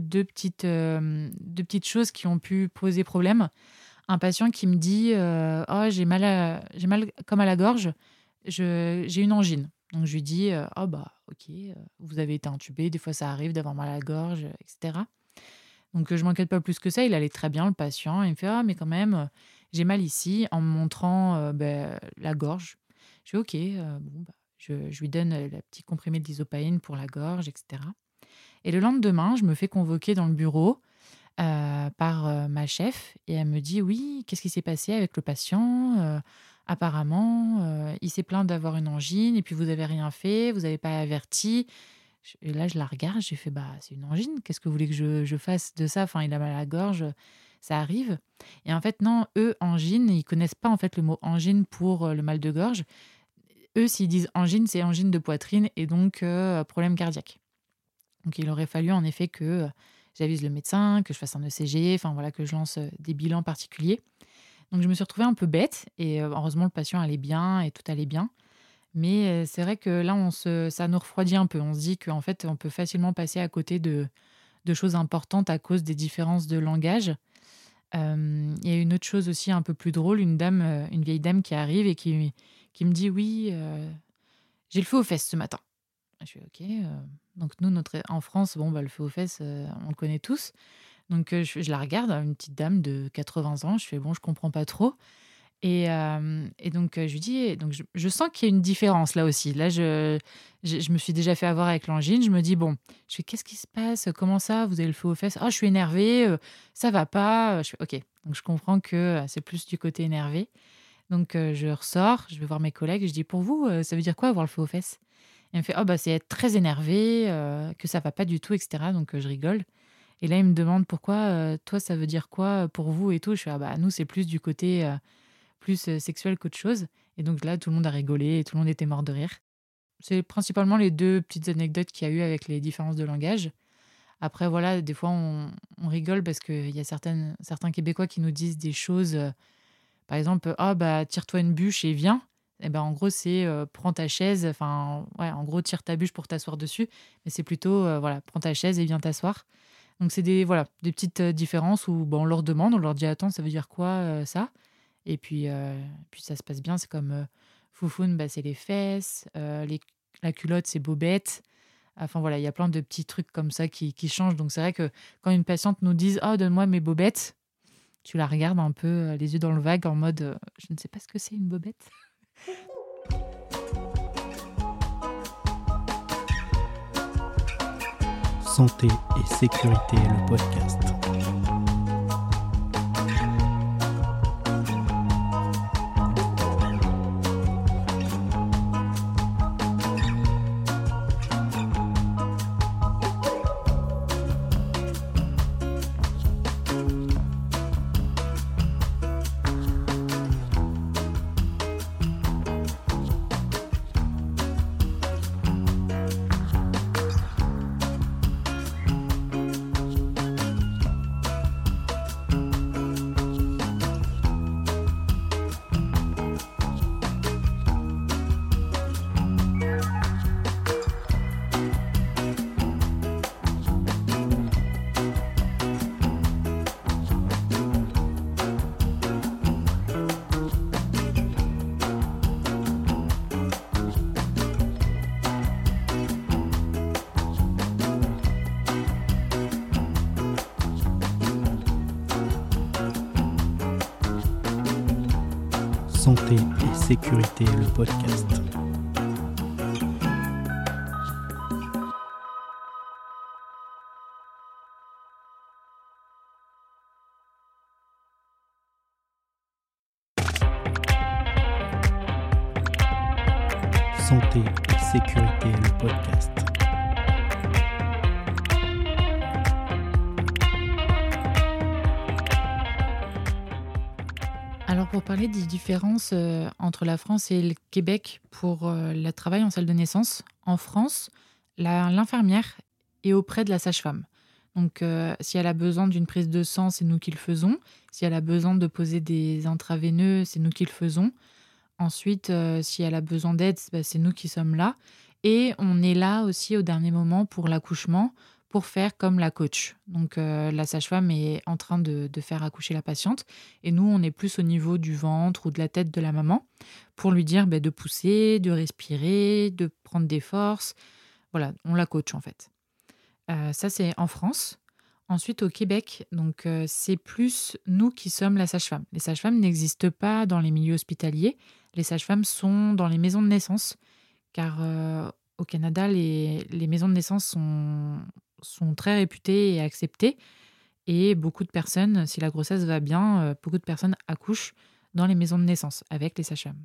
Speaker 2: deux petites choses qui ont pu poser problème. Un patient qui me dit oh, j'ai mal comme à la gorge, j'ai une angine. Donc je lui dis oh ok, vous avez été intubé, des fois ça arrive d'avoir mal à la gorge, etc. Donc je m'inquiète pas plus que ça, il allait très bien le patient. Il me fait ah mais quand même j'ai mal ici en me montrant la gorge. Je dis ok, je lui donne la petite comprimée d'isopaïne pour la gorge, etc. Et le lendemain, je me fais convoquer dans le bureau par ma chef et elle me dit oui, qu'est-ce qui s'est passé avec le patient apparemment, il s'est plaint d'avoir une angine et puis vous avez rien fait, vous n'avez pas averti. Et là, je la regarde, j'ai fait c'est une angine, qu'est-ce que vous voulez que je fasse de ça? Enfin, il a mal à la gorge, ça arrive. Et en fait, non, eux, angine, ils connaissent pas en fait le mot angine pour le mal de gorge. Eux, s'ils disent angine, c'est angine de poitrine et donc problème cardiaque. Donc, il aurait fallu en effet que j'avise le médecin, que je fasse un ECG, enfin voilà, que je lance des bilans particuliers. Donc, je me suis retrouvée un peu bête et heureusement, le patient allait bien et tout allait bien. Mais c'est vrai que là, ça nous refroidit un peu. On se dit qu'en fait, on peut facilement passer à côté de choses importantes à cause des différences de langage. Il y a une autre chose aussi un peu plus drôle, une vieille dame qui arrive et qui me dit oui, j'ai le feu aux fesses ce matin. Je fais ok. Donc nous, en France, le feu aux fesses, on le connaît tous. Donc je la regarde, une petite dame de 80 ans. Je fais je comprends pas trop. Et donc, je lui dis donc je sens qu'il y a une différence là aussi. Là, je me suis déjà fait avoir avec l'angine. Je me dis: «Bon», je fais: «Qu'est-ce qui se passe? Comment ça? Vous avez le feu aux fesses?» «Ah, je suis énervée, ça va pas». Je fais: «OK». Donc je comprends que, c'est plus du côté énervé. Donc, je ressors, je vais voir mes collègues et je dis: «Pour vous, ça veut dire quoi avoir le feu aux fesses?» Et elle me fait: «Oh bah, c'est être très énervé, que ça va pas du tout et cetera». Donc, je rigole et là, il me demande: «Pourquoi, toi, ça veut dire quoi, pour vous et tout?» Je fais: «Ah bah, nous, c'est plus du côté, plus, sexuel qu'autre chose». Et donc là, tout le monde a rigolé et tout le monde était mort de rire. C'est principalement les 2 petites anecdotes qu'il y a eu avec les différences de langage. Après voilà, des fois on rigole parce qu'il y a certains Québécois qui nous disent des choses, par exemple: «Ah bah, tire-toi une bûche et viens». Et ben, en gros, c'est, prends ta chaise, enfin, ouais, en gros, tire ta bûche pour t'asseoir dessus, mais c'est plutôt, voilà, prends ta chaise et viens t'asseoir. Donc c'est des voilà, des petites, différences où, bah, on leur demande, on leur dit: «Attends, ça veut dire quoi, ça?» Et puis ça se passe bien. C'est comme, foufoune, bah, c'est les fesses, la culotte, c'est bobette. Enfin voilà, il y a plein de petits trucs comme ça qui changent. Donc c'est vrai que quand une patiente nous dise: «Oh, donne-moi mes bobettes», tu la regardes un peu, les yeux dans le vague en mode, «Je ne sais pas ce que c'est une bobette».
Speaker 1: Santé et sécurité, le podcast. Santé et sécurité, le podcast. Santé et sécurité, le podcast.
Speaker 2: Alors pour parler des différences, entre la France et le Québec pour, le travail en salle de naissance, en France, l'infirmière est auprès de la sage-femme. Donc, si elle a besoin d'une prise de sang, c'est nous qui le faisons. Si elle a besoin de poser des intraveineux, c'est nous qui le faisons. Ensuite, si elle a besoin d'aide, bah, c'est nous qui sommes là et on est là aussi au dernier moment pour l'accouchement, pour faire comme la coach. Donc, la sage-femme est en train de faire accoucher la patiente et nous, on est plus au niveau du ventre ou de la tête de la maman pour lui dire, de pousser, de respirer, de prendre des forces. Voilà, on la coach, en fait. Ça, c'est en France. Ensuite, au Québec, donc c'est plus nous qui sommes la sage-femme. Les sages-femmes n'existent pas dans les milieux hospitaliers. Les sages-femmes sont dans les maisons de naissance, car au Canada, les maisons de naissance sont très réputées et acceptées. Et beaucoup de personnes, si la grossesse va bien, beaucoup de personnes accouchent dans les maisons de naissance avec les sages-femmes.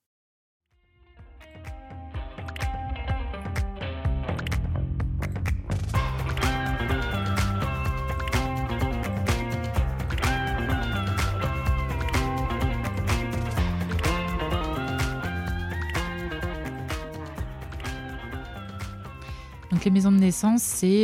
Speaker 2: Donc les maisons de naissance, c'est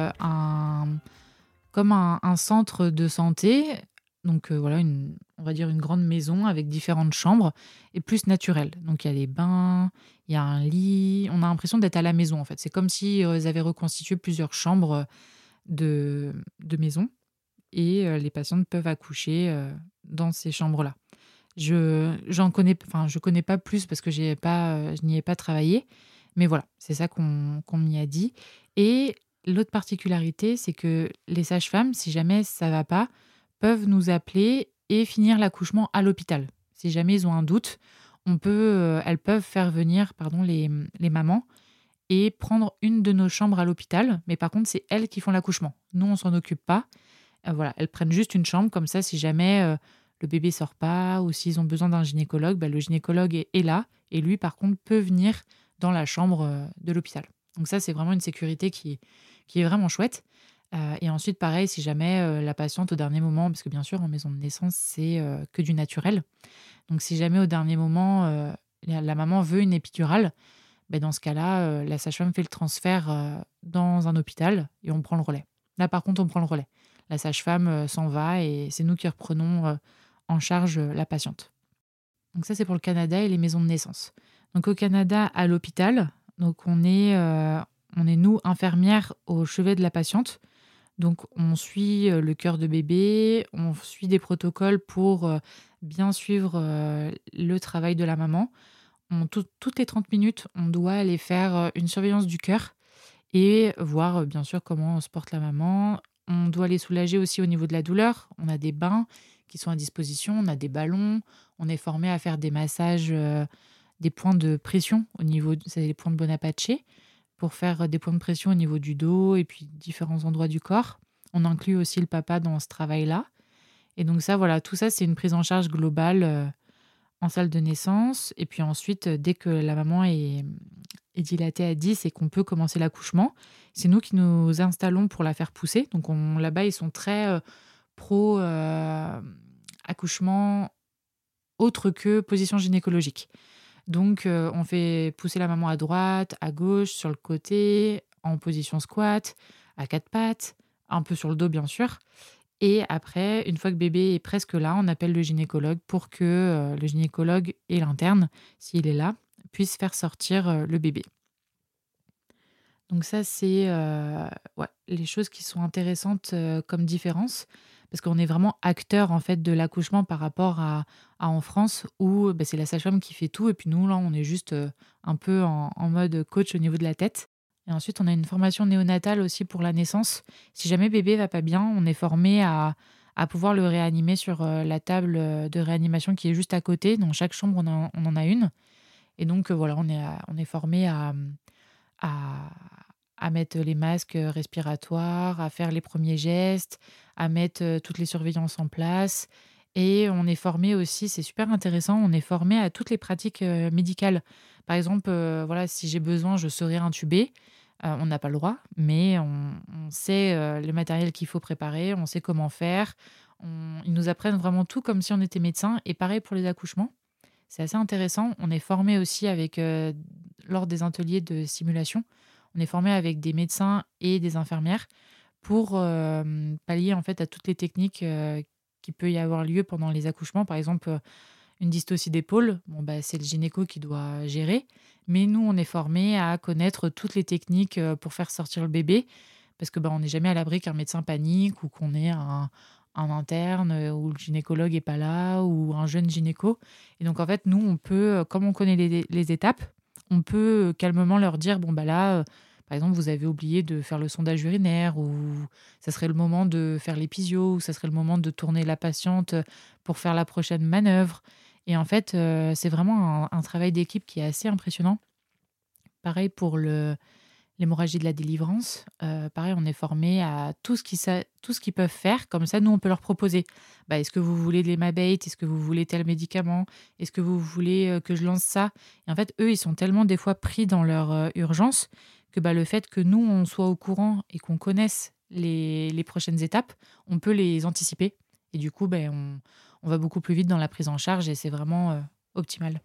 Speaker 2: comme un centre de santé. Donc voilà, on va dire une grande maison avec différentes chambres et plus naturelle. Donc il y a les bains, il y a un lit. On a l'impression d'être à la maison en fait. C'est comme si ils avaient reconstitué plusieurs chambres de maison et les patientes peuvent accoucher dans ces chambres-là. Je connais pas plus parce que je n'y ai pas travaillé. Mais voilà, c'est ça qu'on m'y a dit. Et l'autre particularité, c'est que les sages-femmes, si jamais ça va pas, peuvent nous appeler et finir l'accouchement à l'hôpital. Si jamais ils ont un doute, elles peuvent faire venir les mamans et prendre une de nos chambres à l'hôpital. Mais par contre, c'est elles qui font l'accouchement. Nous, on s'en occupe pas. Voilà, elles prennent juste une chambre. Comme ça, si jamais le bébé sort pas ou s'ils ont besoin d'un gynécologue, le gynécologue est là. Et lui, par contre, peut venir dans la chambre de l'hôpital. Donc ça, c'est vraiment une sécurité qui est vraiment chouette. Et ensuite, pareil, si jamais la patiente, au dernier moment, parce que bien sûr, en maison de naissance, c'est que du naturel. Donc si jamais au dernier moment, la maman veut une épidurale, dans ce cas-là, la sage-femme fait le transfert dans un hôpital et on prend le relais. Là, par contre, on prend le relais. La sage-femme s'en va et c'est nous qui reprenons en charge la patiente. Donc ça, c'est pour le Canada et les maisons de naissance. Donc au Canada, à l'hôpital, donc on est nous, infirmières, au chevet de la patiente. Donc on suit le cœur de bébé, on suit des protocoles pour bien suivre le travail de la maman. Toutes les 30 minutes, on doit aller faire une surveillance du cœur et voir bien sûr comment se porte la maman. On doit les soulager aussi au niveau de la douleur. On a des bains qui sont à disposition, on a des ballons. On est formé à faire des massages, des points de pression c'est les points de Bonaparte, pour faire des points de pression au niveau du dos et puis différents endroits du corps. On inclut aussi le papa dans ce travail-là. Et donc ça, voilà, tout ça, c'est une prise en charge globale en salle de naissance. Et puis ensuite, dès que la maman est dilatée à 10 et qu'on peut commencer l'accouchement, c'est nous qui nous installons pour la faire pousser. Donc là-bas, ils sont très pro accouchement autre que position gynécologique. Donc, on fait pousser la maman à droite, à gauche, sur le côté, en position squat, à quatre pattes, un peu sur le dos, bien sûr. Et après, une fois que bébé est presque là, on appelle le gynécologue pour que le gynécologue et l'interne, s'il est là, puissent faire sortir le bébé. Donc ça, c'est les choses qui sont intéressantes comme différence, parce qu'on est vraiment acteur en fait de l'accouchement par rapport à en France où c'est la sage-femme qui fait tout et puis nous là on est juste un peu en mode coach au niveau de la tête. Et ensuite on a une formation néonatale aussi pour la naissance. Si jamais bébé va pas bien, on est formé à pouvoir le réanimer sur la table de réanimation qui est juste à côté. Dans chaque chambre on en a une. Et donc voilà, on est formé à, à mettre les masques respiratoires, à faire les premiers gestes, à mettre toutes les surveillances en place. Et on est formé aussi, c'est super intéressant, on est formé à toutes les pratiques médicales. Par exemple, voilà, si j'ai besoin, je serai intubée. On n'a pas le droit, mais on sait le matériel qu'il faut préparer, on sait comment faire. Ils nous apprennent vraiment tout comme si on était médecin. Et pareil pour les accouchements. C'est assez intéressant. On est formé aussi lors des ateliers de simulation. On est formé avec des médecins et des infirmières pour pallier en fait à toutes les techniques qui peut y avoir lieu pendant les accouchements. Par exemple, une dystocie d'épaule, c'est le gynéco qui doit gérer. Mais nous, on est formé à connaître toutes les techniques pour faire sortir le bébé. Parce que on n'est jamais à l'abri qu'un médecin panique ou qu'on ait un interne où le gynécologue n'est pas là ou un jeune gynéco. Et donc, en fait, nous, on peut, comme on connaît les étapes, on peut calmement leur dire, par exemple, vous avez oublié de faire le sondage urinaire ou ça serait le moment de faire l'épisio ou ça serait le moment de tourner la patiente pour faire la prochaine manœuvre. Et en fait, c'est vraiment un travail d'équipe qui est assez impressionnant. Pareil pour l'hémorragie de la délivrance. Pareil, on est formé à tout ce qu'ils peuvent faire. Comme ça, nous, on peut leur proposer. Est-ce que vous voulez de l'Emabate? Est-ce que vous voulez tel médicament? Est-ce que vous voulez que je lance ça? Et en fait, eux, ils sont tellement des fois pris dans leur urgence que le fait que nous, on soit au courant et qu'on connaisse les prochaines étapes, on peut les anticiper. Et du coup, on va beaucoup plus vite dans la prise en charge et c'est vraiment optimal.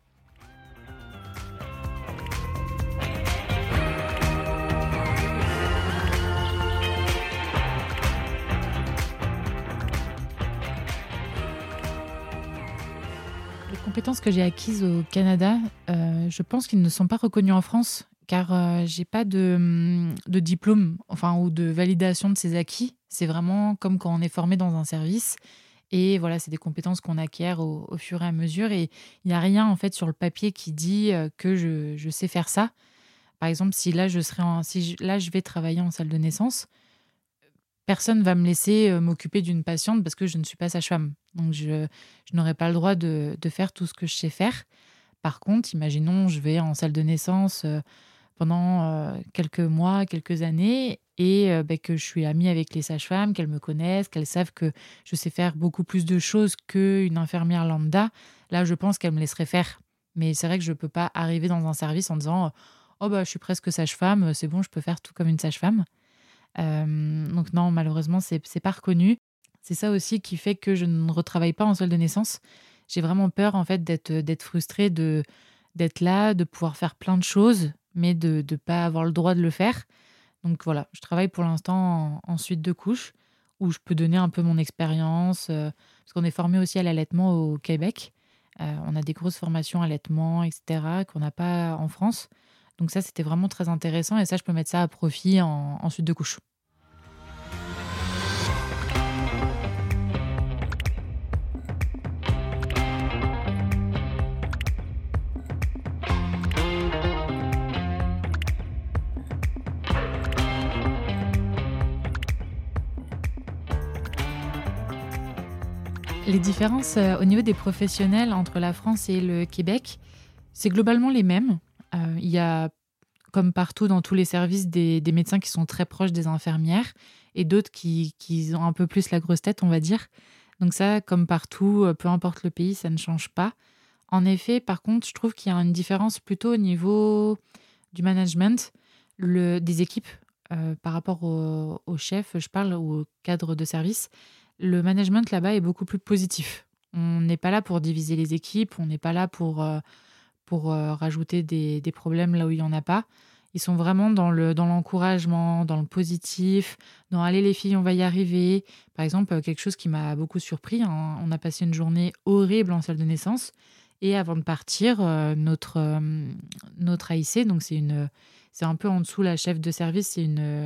Speaker 2: Les compétences que j'ai acquises au Canada, je pense qu'ils ne sont pas reconnues en France car j'ai pas de diplôme ou de validation de ces acquis. C'est vraiment comme quand on est formé dans un service. Et voilà, c'est des compétences qu'on acquiert au fur et à mesure. Et il n'y a rien en fait sur le papier qui dit que je sais faire ça. Par exemple, si là je vais travailler en salle de naissance, personne va me laisser m'occuper d'une patiente parce que je ne suis pas sage-femme. Donc, je n'aurai pas le droit de faire tout ce que je sais faire. Par contre, imaginons, je vais en salle de naissance pendant quelques mois, quelques années, et que je suis amie avec les sages-femmes, qu'elles me connaissent, qu'elles savent que je sais faire beaucoup plus de choses qu'une infirmière lambda. Là, je pense qu'elles me laisseraient faire. Mais c'est vrai que je ne peux pas arriver dans un service en disant « Oh, bah, je suis presque sage-femme, c'est bon, je peux faire tout comme une sage-femme ». Donc non, malheureusement, c'est pas reconnu. C'est ça aussi qui fait que je ne retravaille pas en salle de naissance. J'ai vraiment peur en fait d'être frustrée, d'être là, de pouvoir faire plein de choses, mais de ne pas avoir le droit de le faire. Donc voilà, je travaille pour l'instant en suite de couches, où je peux donner un peu mon expérience, parce qu'on est formé aussi à l'allaitement au Québec. On a des grosses formations allaitement, etc., qu'on n'a pas en France. Donc ça, c'était vraiment très intéressant, et ça, je peux mettre ça à profit en suite de couches. Les différences au niveau des professionnels entre la France et le Québec, c'est globalement les mêmes. Il y a, comme partout dans tous les services, des médecins qui sont très proches des infirmières et d'autres qui ont un peu plus la grosse tête, on va dire. Donc ça, comme partout, peu importe le pays, ça ne change pas. En effet, par contre, je trouve qu'il y a une différence plutôt au niveau du management, des équipes, par rapport au chef, je parle, ou au cadre de service. Le management là-bas est beaucoup plus positif. On n'est pas là pour diviser les équipes, on n'est pas là pour rajouter des problèmes là où il n'y en a pas. Ils sont vraiment dans l'encouragement, dans le positif, dans « allez les filles, on va y arriver ». Par exemple, quelque chose qui m'a beaucoup surpris, hein, on a passé une journée horrible en salle de naissance, et avant de partir, notre AIC, donc c'est un peu en dessous la chef de service, c'est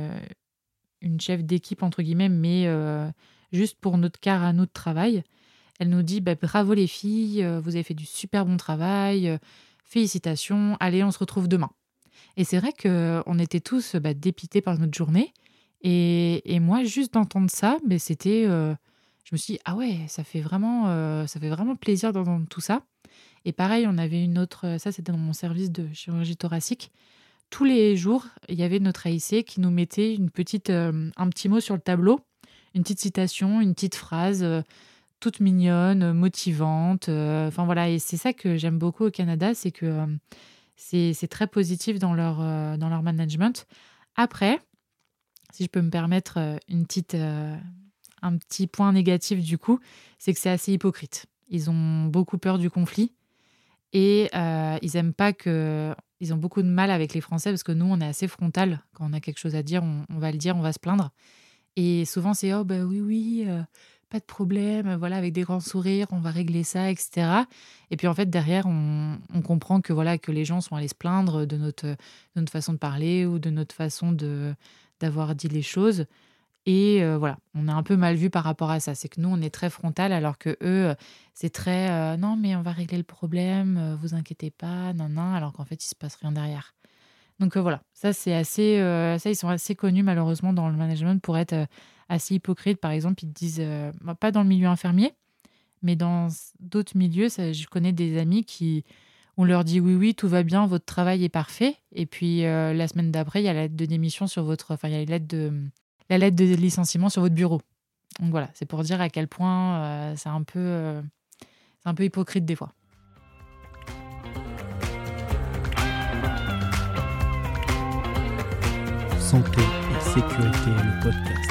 Speaker 2: une chef d'équipe entre guillemets, mais juste pour notre quart à nous de travail. Elle nous dit bravo les filles, vous avez fait du super bon travail, félicitations, allez, on se retrouve demain. Et c'est vrai qu'on était tous dépités par notre journée. Et moi, juste d'entendre ça, c'était, je me suis dit, ah ouais, ça fait vraiment plaisir d'entendre tout ça. Et pareil, on avait une autre, ça c'était dans mon service de chirurgie thoracique. Tous les jours, il y avait notre AIC qui nous mettait un petit mot sur le tableau, une petite citation, une petite phrase toute mignonne, motivante. Enfin voilà, et c'est ça que j'aime beaucoup au Canada, c'est que c'est très positif dans leur management. Après, si je peux me permettre un petit point négatif du coup, c'est que c'est assez hypocrite. Ils ont beaucoup peur du conflit et ils aiment pas ils ont beaucoup de mal avec les Français parce que nous, on est assez frontal. Quand on a quelque chose à dire, on va le dire, on va se plaindre. Et souvent, c'est « oh, oui, pas de problème, voilà, avec des grands sourires, on va régler ça, etc. » Et puis, en fait, derrière, on comprend que, voilà, que les gens sont allés se plaindre de notre façon de parler ou de notre façon d'avoir dit les choses. Et voilà, on est un peu mal vu par rapport à ça. C'est que nous, on est très frontal, alors que eux, c'est très non, mais on va régler le problème, vous inquiétez pas, non, alors qu'en fait, il se passe rien derrière. Donc voilà, ça, c'est assez. Ça, ils sont assez connus, malheureusement, dans le management pour être assez hypocrites. Par exemple, ils te disent, pas dans le milieu infirmier, mais dans d'autres milieux, je connais des amis on leur dit oui, tout va bien, votre travail est parfait. Et puis la semaine d'après, il y a la lettre de démission sur il y a la lettre de licenciement sur votre bureau. Donc voilà, c'est pour dire à quel point c'est un peu hypocrite des fois.
Speaker 1: Santé et sécurité, le podcast.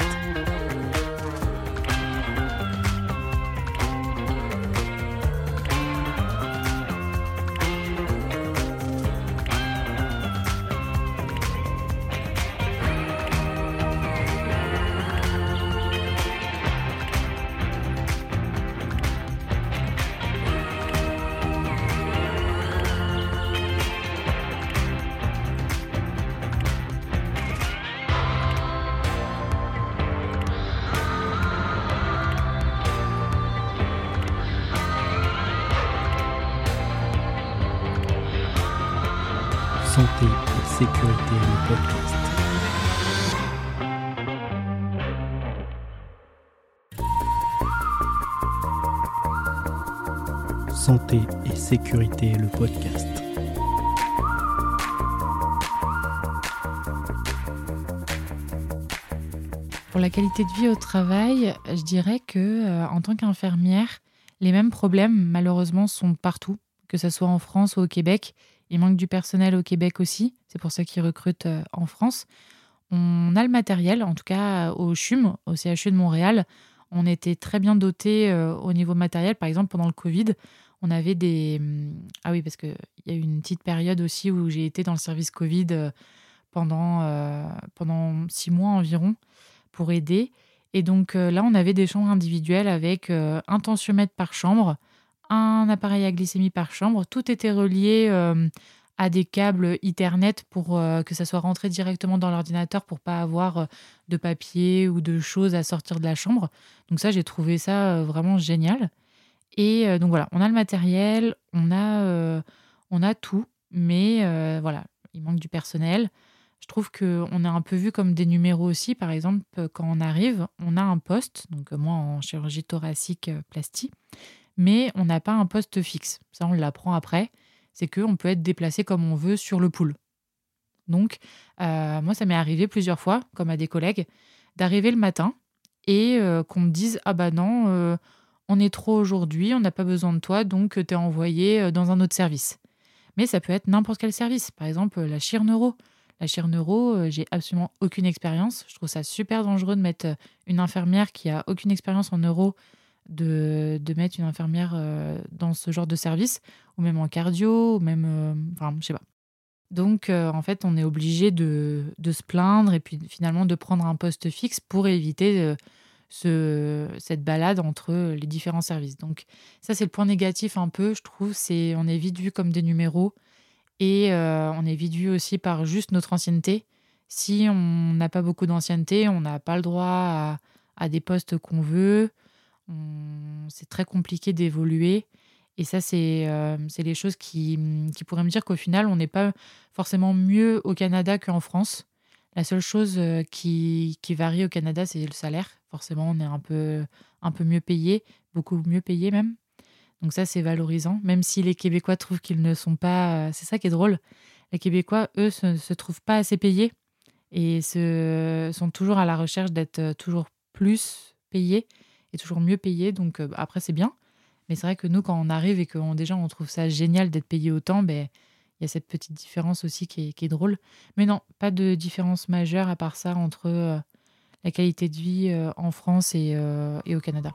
Speaker 1: Santé et sécurité, le podcast. Santé et sécurité, le podcast.
Speaker 2: Pour la qualité de vie au travail, je dirais que en tant qu'infirmière, les mêmes problèmes malheureusement sont partout, que ce soit en France ou au Québec. Il manque du personnel au Québec aussi, c'est pour ça qu'ils recrutent en France. On a le matériel, en tout cas au CHUM, au CHU de Montréal, on était très bien dotés au niveau matériel. Par exemple, pendant le Covid, on avait des... Ah oui, parce qu'il y a eu une petite période aussi où j'ai été dans le service Covid pendant 6 mois environ pour aider. Et donc là, on avait des chambres individuelles avec un tensiomètre par chambre, un appareil à glycémie par chambre. Tout était relié à des câbles Ethernet pour que ça soit rentré directement dans l'ordinateur pour pas avoir de papier ou de choses à sortir de la chambre. Donc ça, j'ai trouvé ça vraiment génial. Et donc voilà, on a le matériel, on a tout, mais voilà, il manque du personnel. Je trouve qu'on est un peu vu comme des numéros aussi. Par exemple, quand on arrive, on a un poste, donc moi en chirurgie thoracique plastie, mais on n'a pas un poste fixe. Ça, on l'apprend après. C'est qu'on peut être déplacé comme on veut sur le pool. Donc, moi, ça m'est arrivé plusieurs fois, comme à des collègues, d'arriver le matin et qu'on me dise « Ah bah non, on est trop aujourd'hui, on n'a pas besoin de toi, donc t'es envoyé dans un autre service. » Mais ça peut être n'importe quel service. Par exemple, la chir neuro. La chir neuro, j'ai absolument aucune expérience. Je trouve ça super dangereux de mettre une infirmière qui a aucune expérience en neuro, de mettre une infirmière dans ce genre de service, ou même en cardio, ou même... Enfin, je sais pas. Donc, en fait, on est obligé de se plaindre et puis finalement de prendre un poste fixe pour éviter cette balade entre les différents services. Donc, ça, c'est le point négatif un peu, je trouve. C'est on est vite vu comme des numéros et on est vite vu aussi par juste notre ancienneté. Si on n'a pas beaucoup d'ancienneté, on n'a pas le droit à des postes qu'on veut. C'est très compliqué d'évoluer. Et ça, c'est les choses qui pourraient me dire qu'au final, on n'est pas forcément mieux au Canada qu'en France. La seule chose qui varie au Canada, c'est le salaire. Forcément, on est un peu mieux payé, beaucoup mieux payé même. Donc ça, c'est valorisant. Même si les Québécois trouvent qu'ils ne sont pas... c'est ça qui est drôle. Les Québécois, eux, se trouvent pas assez payés et sont toujours à la recherche d'être toujours plus payés et toujours mieux payés. Donc après, c'est bien. Mais c'est vrai que nous, quand on arrive et que déjà on trouve ça génial d'être payé autant, ben, il y a cette petite différence aussi qui est drôle. Mais non, pas de différence majeure à part ça entre la qualité de vie en France et au Canada.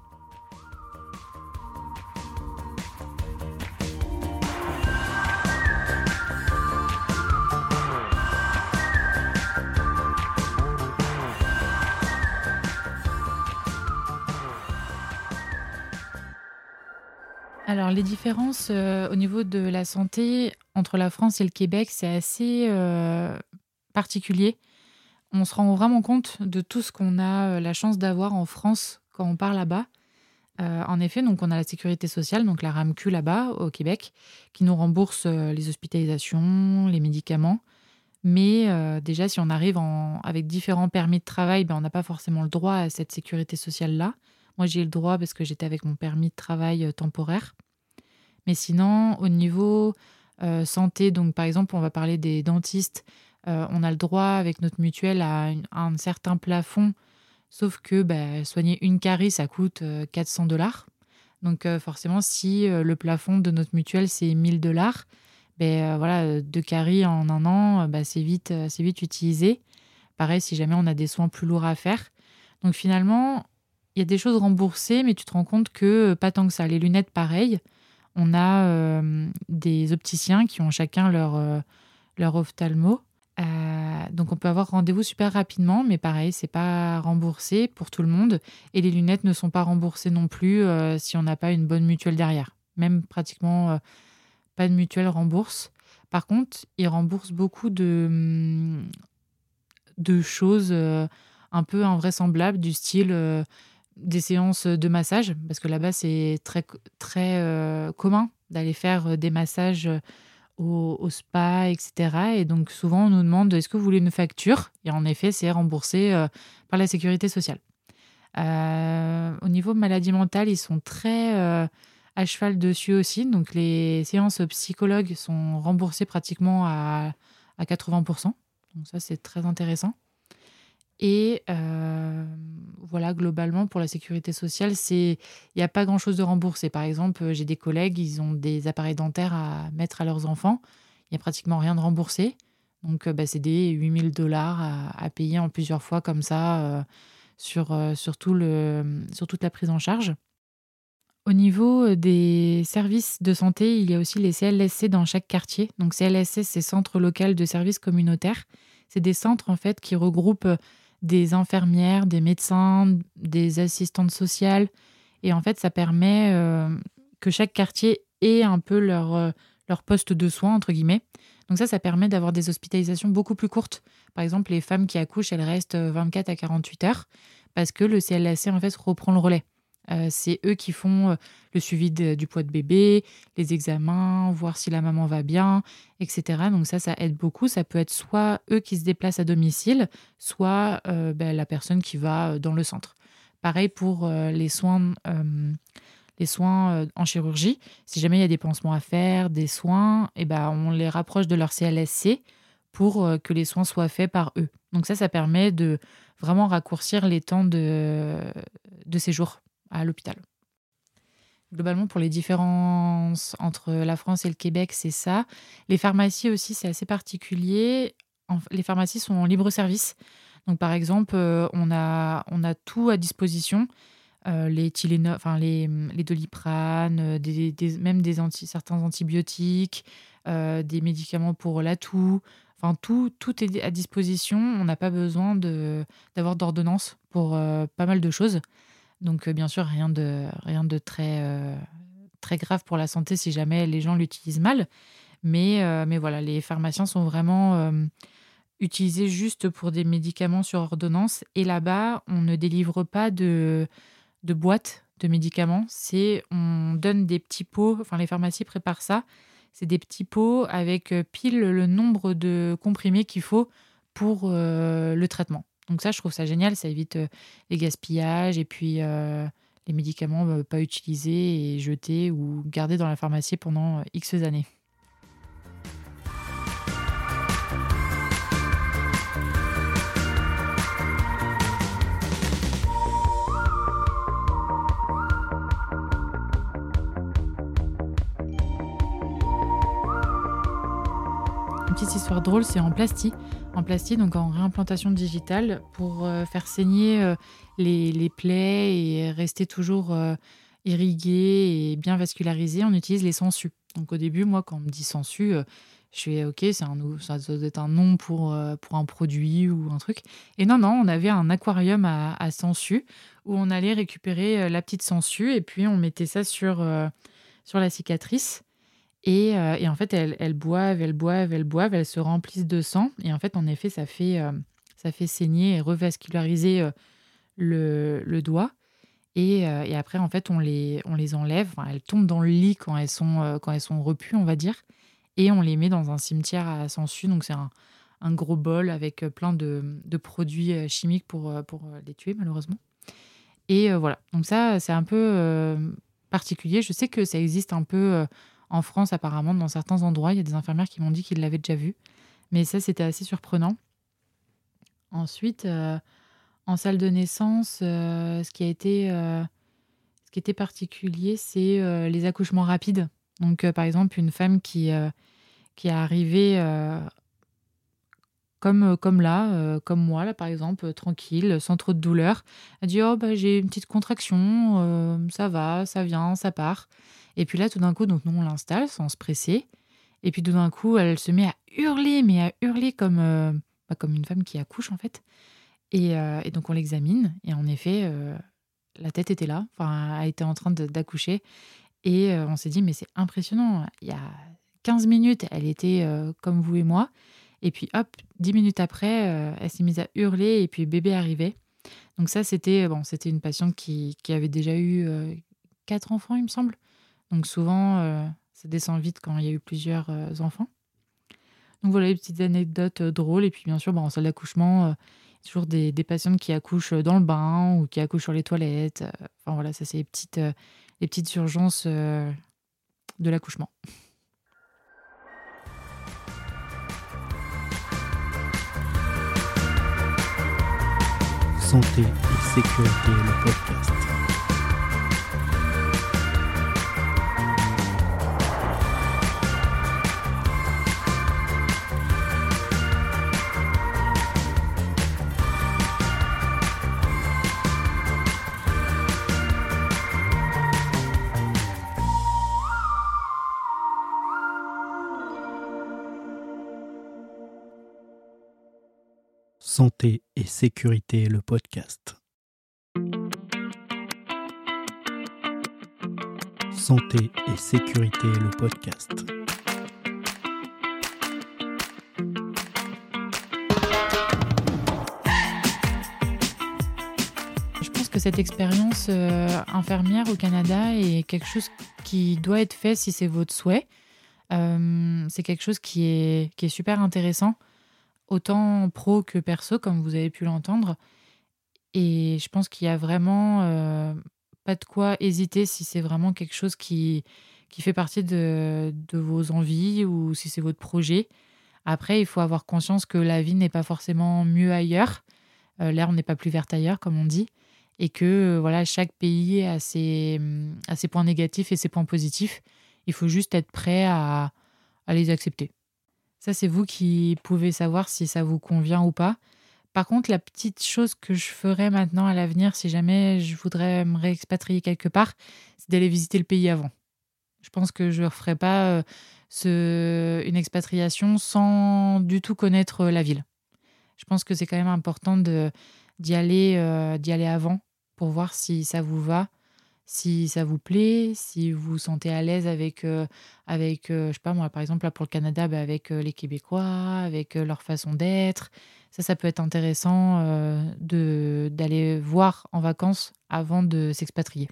Speaker 2: Alors, les différences au niveau de la santé entre la France et le Québec, c'est assez particulier. On se rend vraiment compte de tout ce qu'on a la chance d'avoir en France quand on part là-bas. En effet, donc on a la sécurité sociale, donc la RAMQ là-bas au Québec, qui nous rembourse les hospitalisations, les médicaments. Mais déjà, si on arrive avec différents permis de travail, ben, on n'a pas forcément le droit à cette sécurité sociale-là. Moi, j'ai eu le droit parce que j'étais avec mon permis de travail temporaire. Mais sinon, au niveau santé, donc par exemple, on va parler des dentistes, on a le droit avec notre mutuelle à un certain plafond, sauf que soigner une carie, ça coûte 400 $. Donc forcément, si le plafond de notre mutuelle, c'est 1000 $, voilà, 2 caries en un an, c'est vite utilisé. Pareil, si jamais on a des soins plus lourds à faire. Donc finalement, il y a des choses remboursées, mais tu te rends compte que pas tant que ça. Les lunettes, pareil. On a des opticiens qui ont chacun leur ophtalmo. Donc on peut avoir rendez-vous super rapidement, mais pareil, c'est pas remboursé pour tout le monde. Et les lunettes ne sont pas remboursées non plus si on n'a pas une bonne mutuelle derrière. Même pratiquement pas de mutuelle rembourse. Par contre, ils remboursent beaucoup de choses un peu invraisemblables, du style des séances de massage, parce que là-bas, c'est très, très commun d'aller faire des massages au spa, etc. Et donc, souvent, on nous demande est-ce que vous voulez une facture ? Et en effet, c'est remboursé par la sécurité sociale. Au niveau maladie mentale, ils sont très à cheval dessus aussi. Donc, les séances psychologues sont remboursées pratiquement à 80%. Donc, ça, c'est très intéressant. Et voilà, globalement, pour la sécurité sociale, il n'y a pas grand-chose de remboursé. Par exemple, j'ai des collègues, ils ont des appareils dentaires à mettre à leurs enfants. Il n'y a pratiquement rien de remboursé. Donc, c'est des 8 000 $ à payer en plusieurs fois comme ça sur toute la prise en charge. Au niveau des services de santé, il y a aussi les CLSC dans chaque quartier. Donc CLSC, c'est Centre local de services communautaires. C'est des centres en fait qui regroupent des infirmières, des médecins, des assistantes sociales. Et en fait, ça permet que chaque quartier ait un peu leur poste de soins, entre guillemets. Donc ça permet d'avoir des hospitalisations beaucoup plus courtes. Par exemple, les femmes qui accouchent, elles restent 24 à 48 heures parce que le CLSC, en fait, reprend le relais. C'est eux qui font le suivi du poids de bébé, les examens, voir si la maman va bien, etc. Donc ça aide beaucoup. Ça peut être soit eux qui se déplacent à domicile, soit la personne qui va dans le centre. Pareil pour les soins en chirurgie. Si jamais il y a des pansements à faire, des soins, on les rapproche de leur CLSC pour que les soins soient faits par eux. Donc ça permet de vraiment raccourcir les temps de séjour à l'hôpital. Globalement, pour les différences entre la France et le Québec, c'est ça. Les pharmacies aussi, c'est assez particulier. Les pharmacies sont en libre service. Donc, par exemple, on a tout à disposition. Les Tylenol, les Doliprane, même certains antibiotiques, des médicaments pour la toux. Enfin, tout est à disposition. On n'a pas besoin d'avoir d'ordonnance pour pas mal de choses. Donc, bien sûr, rien de très grave pour la santé si jamais les gens l'utilisent mal. Mais voilà, les pharmaciens sont vraiment utilisés juste pour des médicaments sur ordonnance. Et là-bas, on ne délivre pas de boîtes de médicaments. On donne des petits pots, enfin les pharmacies préparent ça. C'est des petits pots avec pile le nombre de comprimés qu'il faut pour le traitement. Donc ça, je trouve ça génial, ça évite les gaspillages et puis les médicaments pas utilisés et jetés ou gardés dans la pharmacie pendant X années. Une petite histoire drôle, c'est en plastique, donc en réimplantation digitale, pour faire saigner les plaies et rester toujours irrigué et bien vascularisé, on utilise les sangsues. Donc au début, moi, quand on me dit sangsues, je fais OK, ça doit être un nom pour un produit ou un truc. Et non, on avait un aquarium à sangsues où on allait récupérer la petite sangsue et puis on mettait ça sur la cicatrice. Et en fait, elles boivent, elles se remplissent de sang. Et en fait, en effet, ça fait saigner et revasculariser le doigt. Et après, en fait, on les enlève. Enfin, elles tombent dans le lit quand elles sont repues, on va dire. Et on les met dans un cimetière à sangsues. Donc, c'est un gros bol avec plein de produits chimiques pour les tuer, malheureusement. Et voilà. Donc ça, c'est un peu particulier. Je sais que ça existe un peu en France, apparemment, dans certains endroits. Il y a des infirmières qui m'ont dit qu'ils l'avaient déjà vu. Mais ça, c'était assez surprenant. Ensuite, en salle de naissance, ce qui était particulier, c'est les accouchements rapides. Donc, par exemple, une femme qui est arrivée comme là, comme moi, là, par exemple, tranquille, sans trop de douleur. Elle dit: «Oh, j'ai une petite contraction, ça va, ça vient, ça part». Et puis là, tout d'un coup, donc nous, on l'installe sans se presser. Et puis tout d'un coup, elle se met à hurler, mais à hurler comme une femme qui accouche, en fait. Et donc, on l'examine. Et en effet, la tête était là. Enfin, elle était en train d'accoucher. Et on s'est dit, mais c'est impressionnant. Il y a 15 minutes, elle était comme vous et moi. Et puis, hop, 10 minutes après, elle s'est mise à hurler et puis bébé arrivait. Donc ça, c'était une patiente qui avait déjà eu 4 enfants, il me semble. Donc souvent, ça descend vite quand il y a eu plusieurs enfants. Donc voilà, les petites anecdotes drôles. Et puis bien sûr, en salle d'accouchement, il y a toujours des patientes qui accouchent dans le bain ou qui accouchent sur les toilettes. Enfin voilà, ça c'est les petites urgences de l'accouchement.
Speaker 1: Santé et sécurité, le podcast. Santé et sécurité, le podcast. Santé et sécurité, le podcast.
Speaker 2: Je pense que cette expérience infirmière au Canada est quelque chose qui doit être fait si c'est votre souhait. C'est quelque chose qui est super intéressant, autant pro que perso, comme vous avez pu l'entendre. Et je pense qu'il y a vraiment pas de quoi hésiter si c'est vraiment quelque chose qui fait partie de vos envies ou si c'est votre projet. Après, il faut avoir conscience que la vie n'est pas forcément mieux ailleurs. L'herbe n'est pas plus verte ailleurs, comme on dit. Et que voilà, chaque pays a ses points négatifs et ses points positifs. Il faut juste être prêt à les accepter. Ça, c'est vous qui pouvez savoir si ça vous convient ou pas. Par contre, la petite chose que je ferais maintenant à l'avenir, si jamais je voudrais me réexpatrier quelque part, c'est d'aller visiter le pays avant. Je pense que je ne referai pas une expatriation sans du tout connaître la ville. Je pense que c'est quand même important d'y aller avant pour voir si ça vous va, si ça vous plaît, si vous vous sentez à l'aise avec je sais pas moi, par exemple, là pour le Canada, avec les Québécois, avec leur façon d'être. Ça peut être intéressant d'aller voir en vacances avant de s'expatrier.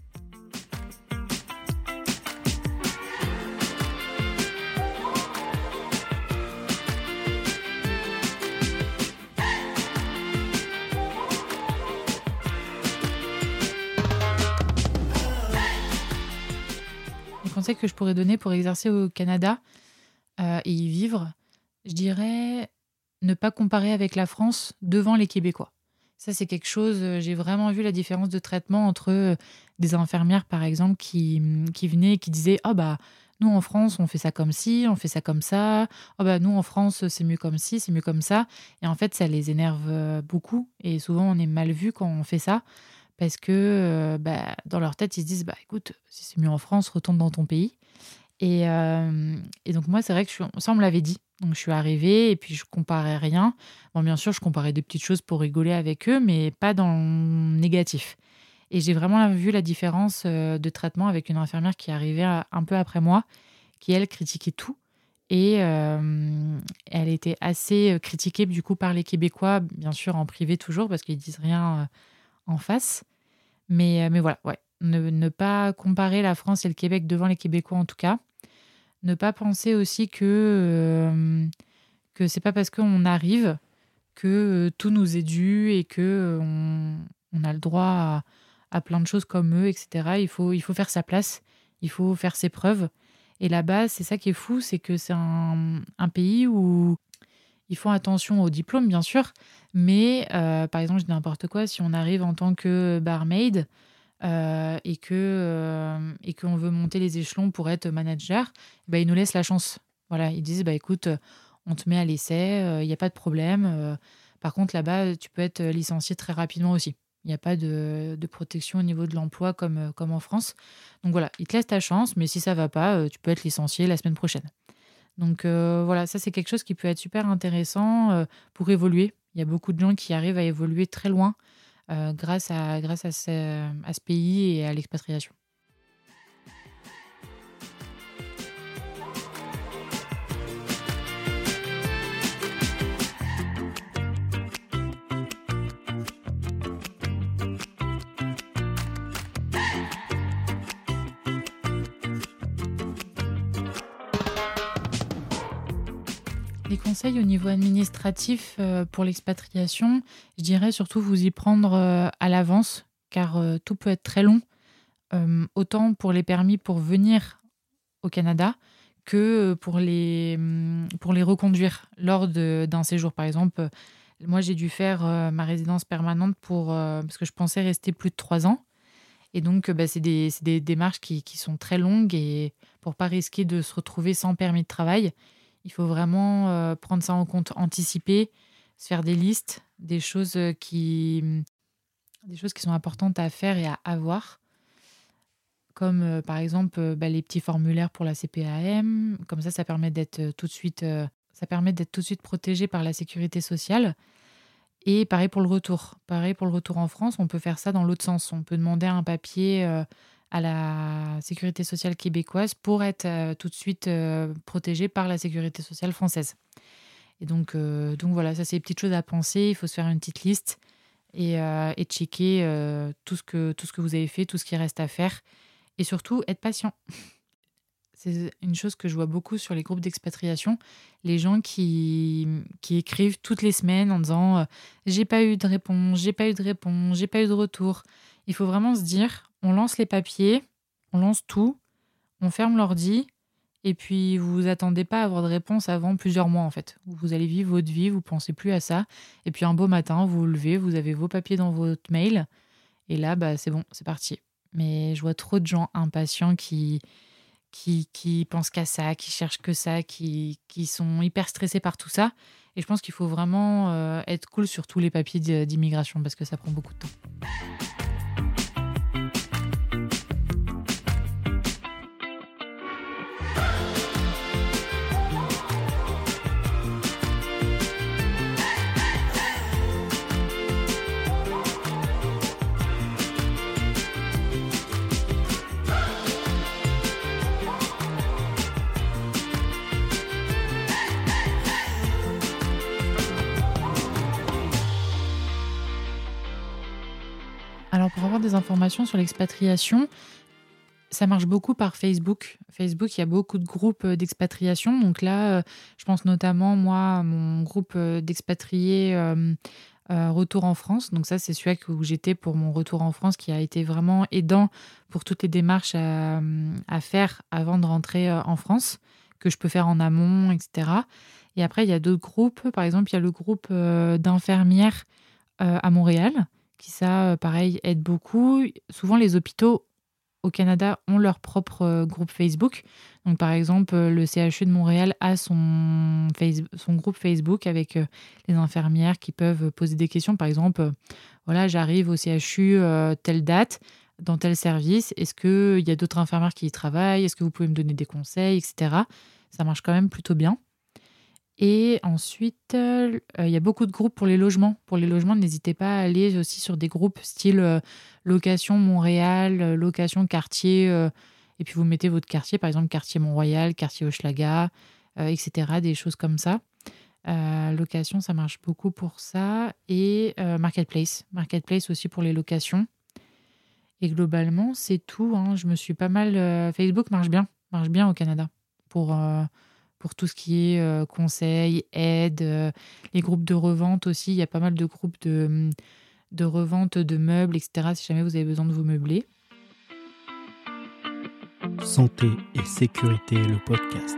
Speaker 2: Les conseils que je pourrais donner pour exercer au Canada et y vivre, je dirais ne pas comparer avec la France devant les Québécois. Ça, c'est quelque chose, j'ai vraiment vu la différence de traitement entre des infirmières, par exemple, qui venaient et qui disaient « Ah bah, nous, en France, on fait ça comme ci, on fait ça comme ça. Ah bah, nous, en France, c'est mieux comme ci, c'est mieux comme ça. » Et en fait, ça les énerve beaucoup. Et souvent, on est mal vu quand on fait ça. Parce que dans leur tête, ils se disent « Écoute, si c'est mieux en France, retourne dans ton pays. » Et donc moi, c'est vrai que ça, on me l'avait dit. Donc je suis arrivée et puis je comparais rien. Bon, bien sûr, je comparais des petites choses pour rigoler avec eux, mais pas dans le négatif. Et j'ai vraiment vu la différence de traitement avec une infirmière qui arrivait un peu après moi, qui, elle, critiquait tout. Et elle était assez critiquée, du coup, par les Québécois, bien sûr, en privé toujours, parce qu'ils disent rien en face. Mais voilà, ouais. Ne pas comparer la France et le Québec devant les Québécois, en tout cas. Ne pas penser aussi que c'est pas parce qu'on arrive que tout nous est dû et que on a le droit à plein de choses comme eux, etc. Il faut faire sa place, il faut faire ses preuves. Et là-bas, c'est ça qui est fou, c'est que c'est un pays où ils font attention au diplôme, bien sûr, mais par exemple, je dis n'importe quoi, si on arrive en tant que barmaid, et qu'on veut monter les échelons pour être manager, ils nous laissent la chance. Voilà, ils disent écoute, on te met à l'essai, il n'y a pas de problème. Par contre, là-bas, tu peux être licencié très rapidement aussi. Il n'y a pas de protection au niveau de l'emploi comme en France. Donc voilà, ils te laissent ta chance, mais si ça ne va pas, tu peux être licencié la semaine prochaine. Donc voilà, ça c'est quelque chose qui peut être super intéressant pour évoluer. Il y a beaucoup de gens qui arrivent à évoluer très loin grâce à ce pays et à l'expatriation. Les conseils au niveau administratif pour l'expatriation, je dirais surtout vous y prendre à l'avance, car tout peut être très long autant pour les permis pour venir au Canada que pour les reconduire lors d'un séjour. Par exemple, moi, j'ai dû faire ma résidence permanente parce que je pensais rester plus de 3 ans. Et donc, c'est des démarches qui sont très longues. Et pour pas risquer de se retrouver sans permis de travail, il faut vraiment prendre ça en compte, anticiper, se faire des listes, des choses qui sont importantes à faire et à avoir, comme par exemple les petits formulaires pour la CPAM. Comme ça permet d'être tout de suite protégé par la sécurité sociale. Et pareil pour le retour. Pareil pour le retour en France, on peut faire ça dans l'autre sens. On peut demander un papier à la sécurité sociale québécoise pour être tout de suite protégé par la sécurité sociale française. Et donc voilà, ça c'est des petites choses à penser. Il faut se faire une petite liste et checker tout ce que vous avez fait, tout ce qui reste à faire. Et surtout, être patient. C'est une chose que je vois beaucoup sur les groupes d'expatriation. Les gens qui écrivent toutes les semaines en disant j'ai pas eu de réponse, j'ai pas eu de réponse, j'ai pas eu de retour. Il faut vraiment se dire on lance les papiers, on lance tout, on ferme l'ordi et puis vous vous attendez pas à avoir de réponse avant plusieurs mois en fait. Vous allez vivre votre vie, vous pensez plus à ça. Et puis un beau matin, vous vous levez, vous avez vos papiers dans votre mail et là, c'est bon, c'est parti. Mais je vois trop de gens impatients qui pensent qu'à ça, qui cherchent que ça, qui sont hyper stressés par tout ça. Et je pense qu'il faut vraiment être cool sur tous les papiers d'immigration parce que ça prend beaucoup de temps. Alors, pour avoir des informations sur l'expatriation, ça marche beaucoup par Facebook. Facebook, il y a beaucoup de groupes d'expatriation. Donc là, je pense notamment, moi, à mon groupe d'expatriés Retour en France. Donc ça, c'est celui où j'étais pour mon retour en France, qui a été vraiment aidant pour toutes les démarches à faire avant de rentrer en France, que je peux faire en amont, etc. Et après, il y a d'autres groupes. Par exemple, il y a le groupe d'infirmières à Montréal, qui ça, pareil, aide beaucoup. Souvent, les hôpitaux au Canada ont leur propre groupe Facebook. Donc, par exemple, le CHU de Montréal a son groupe Facebook avec les infirmières qui peuvent poser des questions. Par exemple, voilà, j'arrive au CHU telle date, dans tel service. Est-ce qu'il y a d'autres infirmières qui y travaillent? Est-ce que vous pouvez me donner des conseils, etc. Ça marche quand même plutôt bien. Et ensuite, il y a beaucoup de groupes pour les logements. Pour les logements, n'hésitez pas à aller aussi sur des groupes style location Montréal, location quartier. Et puis vous mettez votre quartier, par exemple quartier Mont-Royal, quartier Hochelaga, etc. Des choses comme ça. Location, ça marche beaucoup pour ça. Et Marketplace. Marketplace aussi pour les locations. Et globalement, c'est tout. Hein. Je me suis pas mal... Facebook marche bien au Canada pour tout ce qui est conseils, aide, les groupes de revente aussi. Il y a pas mal de groupes de revente de meubles, etc. si jamais vous avez besoin de vous meubler.
Speaker 1: Santé et sécurité, le podcast.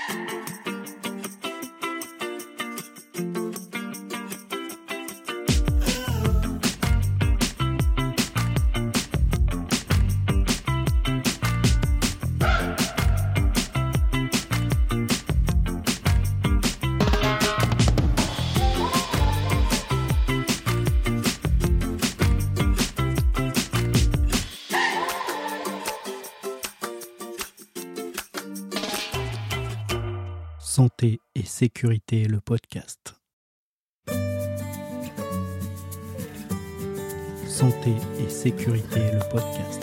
Speaker 1: Santé et sécurité, le podcast. Santé et sécurité, le podcast.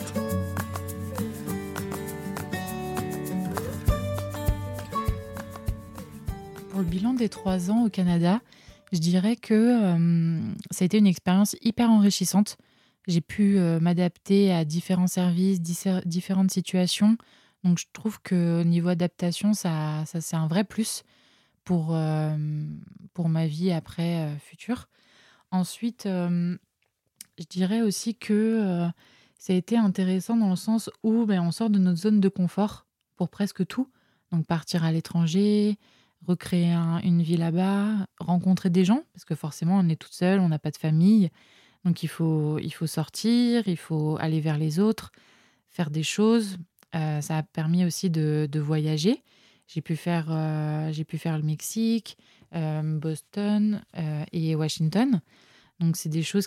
Speaker 2: Pour le bilan des 3 ans au Canada, je dirais que ça a été une expérience hyper enrichissante. J'ai pu m'adapter à différents services, différentes situations. Donc, je trouve qu'au niveau adaptation, ça c'est un vrai plus pour ma vie après future. Ensuite, je dirais aussi que Ça a été intéressant dans le sens où on sort de notre zone de confort pour presque tout. Donc partir à l'étranger, recréer une vie là-bas, rencontrer des gens, parce que forcément on est toute seule, on n'a pas de famille. Donc il faut sortir, il faut aller vers les autres, faire des choses. Ça a permis aussi de voyager. J'ai pu faire le Mexique, Boston et Washington. Donc c'est des choses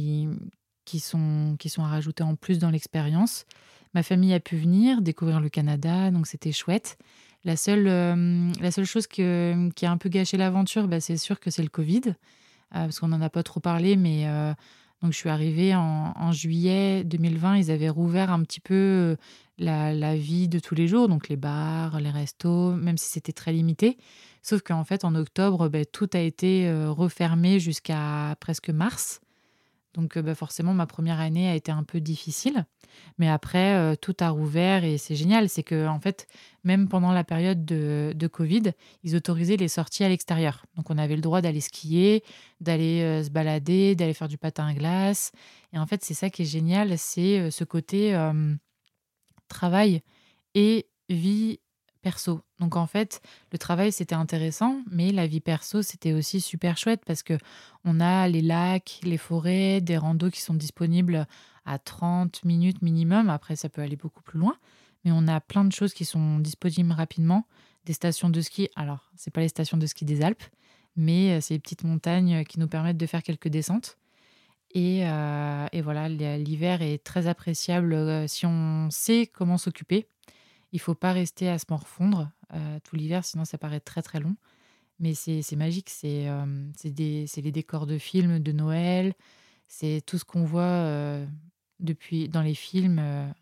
Speaker 2: qui sont à rajouter en plus dans l'expérience. Ma famille a pu venir découvrir le Canada, donc c'était chouette. La seule chose qui a un peu gâché l'aventure, c'est sûr que c'est le Covid, parce qu'on n'en a pas trop parlé, mais donc je suis arrivée en juillet 2020. Ils avaient rouvert un petit peu la vie de tous les jours, donc les bars, les restos, même si c'était très limité. Sauf qu'en fait, en octobre, tout a été refermé jusqu'à presque mars. Donc forcément, ma première année a été un peu difficile. Mais après, tout a rouvert et c'est génial. C'est que en fait, même pendant la période de Covid, ils autorisaient les sorties à l'extérieur. Donc on avait le droit d'aller skier, d'aller se balader, d'aller faire du patin à glace. Et en fait, c'est ça qui est génial, c'est ce côté travail et vie perso. Donc en fait, le travail, c'était intéressant, mais la vie perso, c'était aussi super chouette parce que on a les lacs, les forêts, des randos qui sont disponibles à 30 minutes minimum. Après, ça peut aller beaucoup plus loin, mais on a plein de choses qui sont disponibles rapidement. Des stations de ski. Alors, c'est pas les stations de ski des Alpes, mais c'est les petites montagnes qui nous permettent de faire quelques descentes. Et voilà, l'hiver est très appréciable si on sait comment s'occuper. Il faut pas rester à se morfondre tout l'hiver, sinon ça paraît très très long. Mais c'est magique, c'est les décors de films de Noël, c'est tout ce qu'on voit depuis dans les films.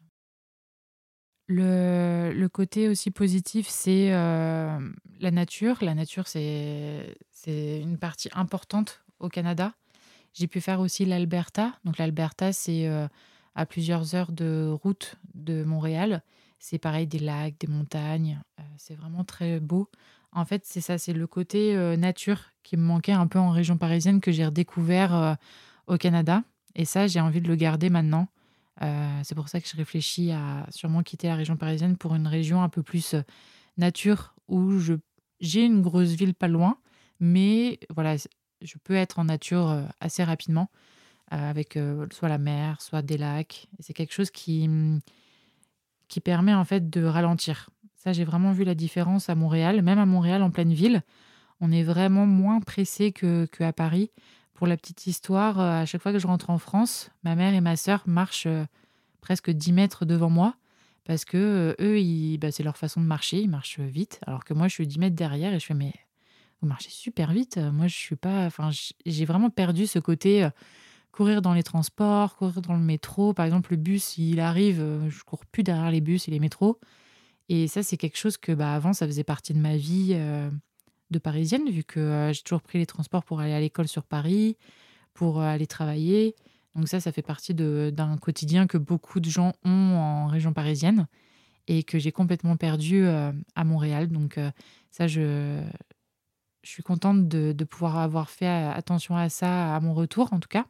Speaker 2: Le côté aussi positif, c'est la nature. La nature, c'est une partie importante au Canada. J'ai pu faire aussi l'Alberta. Donc l'Alberta, c'est à plusieurs heures de route de Montréal. C'est pareil, des lacs, des montagnes. C'est vraiment très beau. En fait, c'est ça, c'est le côté nature qui me manquait un peu en région parisienne que j'ai redécouvert au Canada. Et ça, j'ai envie de le garder maintenant. C'est pour ça que je réfléchis à sûrement quitter la région parisienne pour une région un peu plus nature où j'ai une grosse ville pas loin, mais voilà, je peux être en nature assez rapidement avec soit la mer, soit des lacs. Et c'est quelque chose qui permet en fait de ralentir. Ça, j'ai vraiment vu la différence à Montréal. Même à Montréal, en pleine ville, on est vraiment moins pressé qu'à Paris. Pour la petite histoire, à chaque fois que je rentre en France, ma mère et ma sœur marchent presque 10 mètres devant moi parce que eux, c'est leur façon de marcher, ils marchent vite, alors que moi, je suis 10 mètres derrière et je fais, mais vous marchez super vite. Moi, je suis pas. Enfin, j'ai vraiment perdu ce côté courir dans les transports, courir dans le métro. Par exemple, le bus, il arrive, je cours plus derrière les bus et les métros. Et ça, c'est quelque chose que avant, ça faisait partie de ma vie de parisienne, vu que j'ai toujours pris les transports pour aller à l'école sur Paris, pour aller travailler. Donc ça fait partie d'un quotidien que beaucoup de gens ont en région parisienne et que j'ai complètement perdu à Montréal. Donc ça, je suis contente de pouvoir avoir fait attention à ça à mon retour, en tout cas.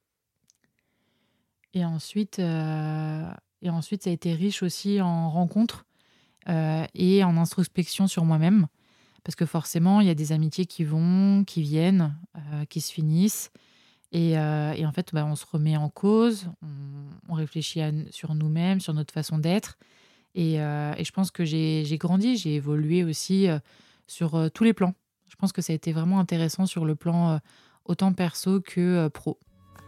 Speaker 2: Et ensuite, ça a été riche aussi en rencontres et en introspection sur moi-même. Parce que forcément, il y a des amitiés qui vont, qui viennent, qui se finissent. Et en fait, on se remet en cause, on réfléchit sur nous-mêmes, sur notre façon d'être. Et je pense que j'ai grandi, j'ai évolué aussi sur tous les plans. Je pense que ça a été vraiment intéressant sur le plan autant perso que pro.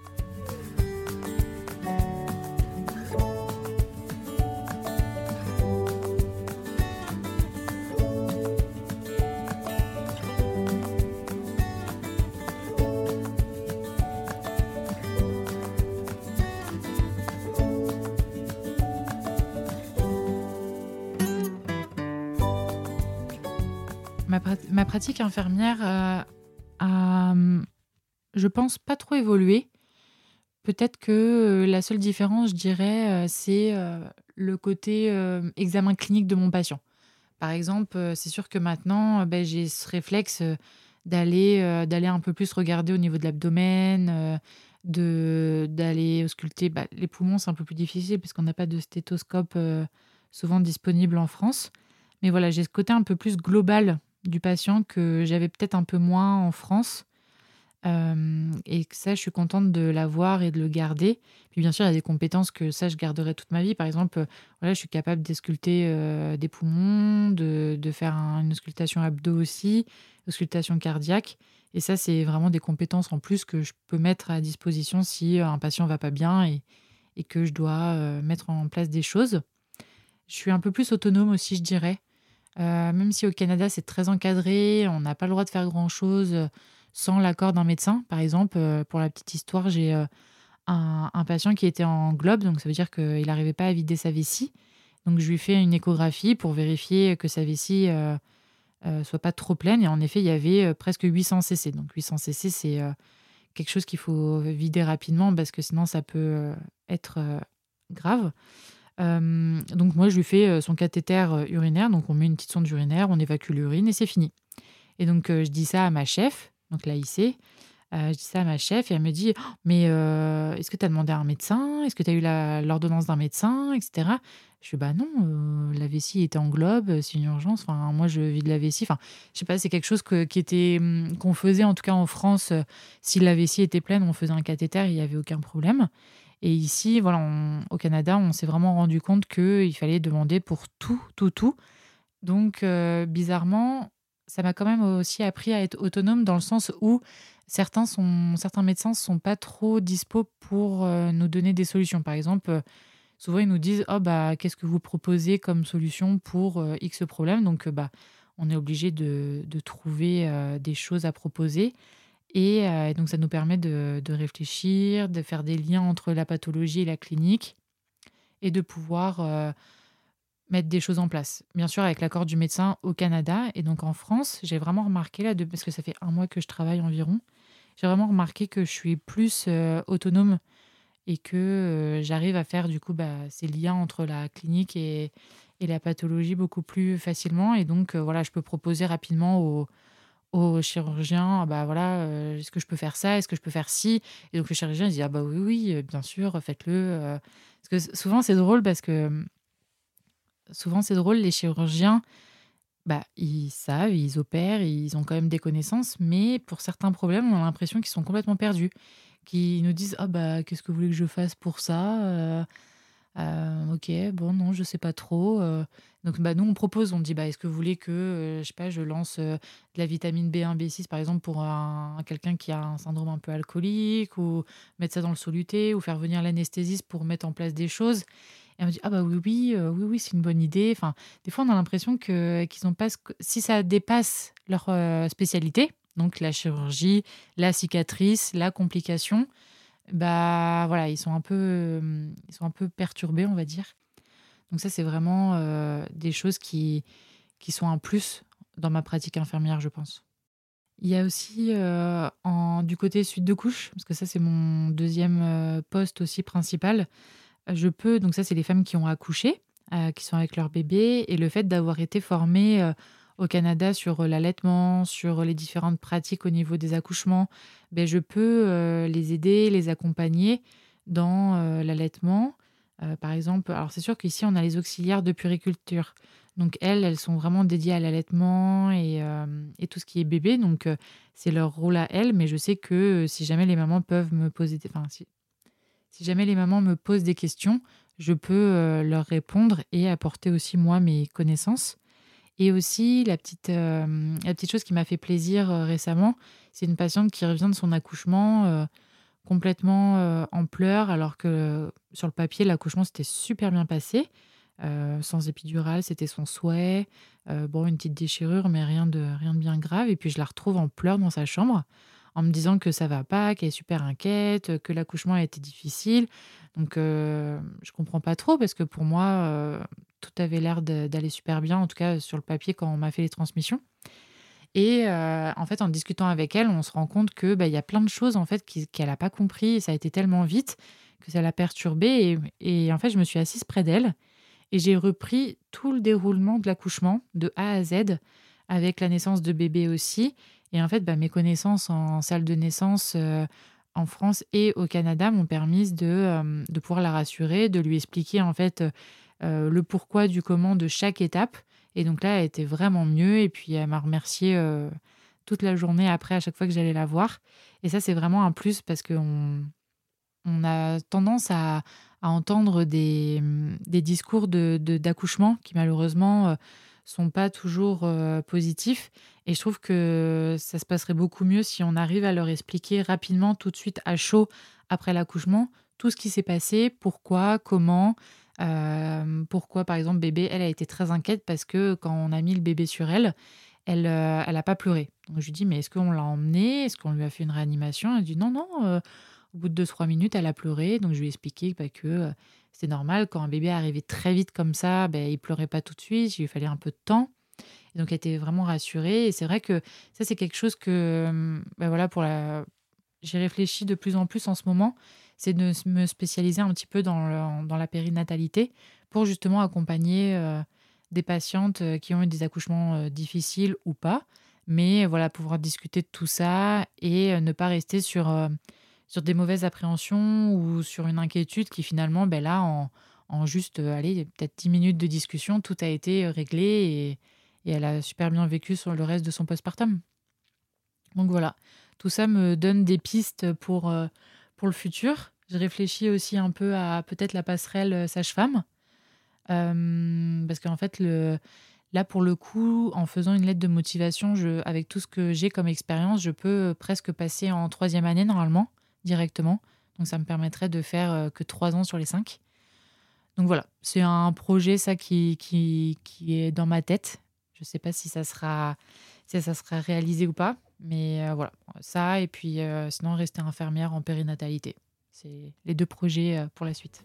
Speaker 2: Ma pratique infirmière a, je pense, pas trop évolué. Peut-être que la seule différence, je dirais, c'est le côté examen clinique de mon patient. Par exemple, c'est sûr que maintenant, j'ai ce réflexe d'aller un peu plus regarder au niveau de l'abdomen, d'aller ausculter les poumons, c'est un peu plus difficile parce qu'on n'a pas de stéthoscope souvent disponible en France. Mais voilà, j'ai ce côté un peu plus global du patient que j'avais peut-être un peu moins en France. Et que ça, je suis contente de l'avoir et de le garder. Puis bien sûr, il y a des compétences que ça, je garderai toute ma vie. Par exemple, voilà, je suis capable d'ausculter des poumons, de faire une auscultation abdo aussi, auscultation cardiaque. Et ça, c'est vraiment des compétences en plus que je peux mettre à disposition si un patient va pas bien et que je dois mettre en place des choses. Je suis un peu plus autonome aussi, je dirais. Même si au Canada, c'est très encadré, on n'a pas le droit de faire grand-chose sans l'accord d'un médecin. Par exemple, pour la petite histoire, j'ai un patient qui était en globe, donc ça veut dire qu'il n'arrivait pas à vider sa vessie. Donc je lui fais une échographie pour vérifier que sa vessie soit pas trop pleine. Et en effet, il y avait presque 800 cc. Donc 800 cc, c'est quelque chose qu'il faut vider rapidement parce que sinon ça peut être grave. Donc moi, je lui fais son cathéter urinaire. Donc on met une petite sonde urinaire, on évacue l'urine et c'est fini. Et donc je dis ça à ma chef, donc l'AIC. Je dis ça à ma chef et elle me dit: «Oh, mais est-ce que tu as demandé à un médecin? Est-ce que tu as eu l'ordonnance d'un médecin?» et cetera. Je fais: «Bah non, la vessie était en globe, c'est une urgence. Enfin, moi, je vide la vessie». Enfin, je sais pas, c'est quelque chose qui était, qu'on faisait en tout cas en France. Si la vessie était pleine, on faisait un cathéter, il y avait aucun problème. Et ici, voilà, au Canada, on s'est vraiment rendu compte qu'il fallait demander pour tout, tout, tout. Donc, bizarrement, ça m'a quand même aussi appris à être autonome dans le sens où certains médecins ne sont pas trop dispo pour nous donner des solutions. Par exemple, souvent ils nous disent: «Oh bah, qu'est-ce que vous proposez comme solution pour X problème?» Donc, on est obligé de trouver des choses à proposer. Et donc ça nous permet de réfléchir, de faire des liens entre la pathologie et la clinique et de pouvoir mettre des choses en place. Bien sûr, avec l'accord du médecin au Canada. Et donc en France, j'ai vraiment remarqué là, parce que ça fait un mois que je travaille environ, j'ai vraiment remarqué que je suis plus autonome et que j'arrive à faire du coup ces liens entre la clinique et la pathologie beaucoup plus facilement. Et donc voilà, je peux proposer rapidement au chirurgien: «Ah bah, voilà, est-ce que je peux faire ça? Est-ce que je peux faire ci?» Et donc le chirurgien il dit: «Ah bah, oui, oui, bien sûr, faites-le», parce que souvent c'est drôle parce que, souvent c'est drôle, les chirurgiens, ils savent, ils opèrent, ils ont quand même des connaissances, mais pour certains problèmes, on a l'impression qu'ils sont complètement perdus. Qui nous disent: «Ah bah, qu'est-ce que vous voulez que je fasse pour ça?» OK, bon, non, je sais pas trop, donc nous, on propose, on dit: «Est-ce que vous voulez que, je sais pas, je lance, de la vitamine B1, B6 par exemple pour quelqu'un qui a un syndrome un peu alcoolique, ou mettre ça dans le soluté, ou faire venir l'anesthésiste pour mettre en place des choses?» Et elle me dit: «Ah bah, oui, oui, oui, oui, c'est une bonne idée». Enfin, des fois, on a l'impression qu'ils ont pas si ça dépasse leur spécialité, donc la chirurgie, la cicatrice, la complication, voilà, ils sont un peu perturbés, on va dire. Donc ça, c'est vraiment, des choses qui sont un plus dans ma pratique infirmière, je pense. Il y a aussi, du côté suite de couche, parce que ça, c'est mon deuxième poste aussi principal. Donc ça, c'est les femmes qui ont accouché, qui sont avec leur bébé, et le fait d'avoir été formée, au Canada sur l'allaitement, sur les différentes pratiques au niveau des accouchements, je peux, les aider, les accompagner dans, l'allaitement. Par exemple, alors c'est sûr qu'ici, on a les auxiliaires de puériculture. Donc elles sont vraiment dédiées à l'allaitement et tout ce qui est bébé. Donc, c'est leur rôle à elles, mais je sais que, si jamais les mamans peuvent me poser si jamais les mamans me posent des questions, je peux, leur répondre et apporter aussi moi mes connaissances. Et aussi la petite chose qui m'a fait plaisir, récemment, c'est une patiente qui revient de son accouchement, complètement, en pleurs, alors que sur le papier, l'accouchement s'était super bien passé, sans épidural, c'était son souhait. Bon, une petite déchirure, mais rien de bien grave. Et puis je la retrouve en pleurs dans sa chambre, en me disant que ça va pas, qu'elle est super inquiète, que l'accouchement a été difficile. Donc je comprends pas trop parce que pour moi, tout avait l'air d'aller super bien, en tout cas sur le papier quand on m'a fait les transmissions. Et en fait, en discutant avec elle, on se rend compte que, il y a plein de choses en fait qu'elle a pas compris, et ça a été tellement vite que ça l'a perturbée. Et en fait, je me suis assise près d'elle et j'ai repris tout le déroulement de l'accouchement de A à Z, avec la naissance de bébé aussi. Et en fait, mes connaissances en salle de naissance, en France et au Canada m'ont permis de pouvoir la rassurer, de lui expliquer en fait, le pourquoi du comment de chaque étape et donc là, elle était vraiment mieux et puis elle m'a remerciée, toute la journée après à chaque fois que j'allais la voir et ça, c'est vraiment un plus parce qu'on a tendance à entendre des discours d'accouchement qui malheureusement, sont pas toujours, positifs et je trouve que ça se passerait beaucoup mieux si on arrive à leur expliquer rapidement, tout de suite, à chaud, après l'accouchement, tout ce qui s'est passé, pourquoi, comment, pourquoi, par exemple, bébé, elle a été très inquiète parce que quand on a mis le bébé sur elle, elle a pas pleuré. Donc je lui dis: «Mais est-ce qu'on l'a emmenée? Est-ce qu'on lui a fait une réanimation?» Elle dit: «Non, non, au bout de 2-3 minutes, elle a pleuré». Donc je lui ai expliqué, bah, que, c'est normal quand un bébé arrivait très vite comme ça, beh, il pleurait pas tout de suite, il lui fallait un peu de temps. Et donc elle était vraiment rassurée et c'est vrai que ça, c'est quelque chose que, bah, voilà, j'y réfléchis de plus en plus en ce moment, c'est de me spécialiser un petit peu dans la périnatalité pour justement accompagner, des patientes, qui ont eu des accouchements, difficiles ou pas. Mais voilà, pouvoir discuter de tout ça et ne pas rester sur des mauvaises appréhensions ou sur une inquiétude qui finalement, beh, là, en juste, allez, peut-être 10 minutes de discussion, tout a été, réglé et elle a super bien vécu sur le reste de son postpartum. Donc voilà, tout ça me donne des pistes pour le futur. Je réfléchis aussi un peu à peut-être la passerelle, sage-femme, parce qu'en fait là, pour le coup, en faisant une lettre de motivation, avec tout ce que j'ai comme expérience, je peux, presque passer en troisième année normalement, directement. Donc ça me permettrait de faire, que 3 ans sur les 5. Donc voilà, c'est un projet ça qui est dans ma tête. Je ne sais pas si ça sera réalisé ou pas, mais voilà, ça et puis, sinon rester infirmière en périnatalité. C'est les 2 projets, pour la suite.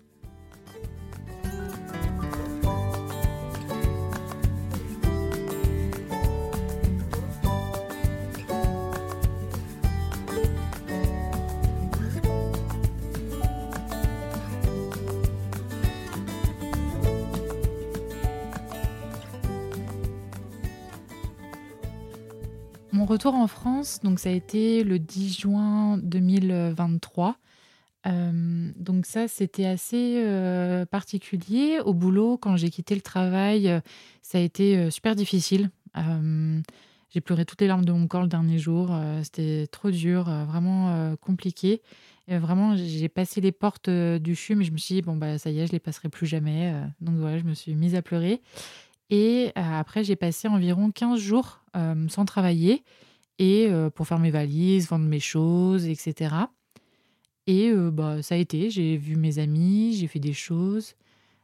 Speaker 2: Mon retour en France, donc ça a été le 10 juin 2023. Donc ça, c'était assez, particulier. Au boulot, quand j'ai quitté le travail, ça a été, super difficile. J'ai pleuré toutes les larmes de mon corps le dernier jour, c'était trop dur, vraiment, compliqué. Vraiment, j'ai passé les portes, du CHUM et je me suis dit: «Bon, bah, ça y est, je les passerai plus jamais», donc voilà, je me suis mise à pleurer et après j'ai passé environ 15 jours, sans travailler et pour faire mes valises, vendre mes choses et cetera et bah, ça a été. J'ai vu mes amis, j'ai fait des choses,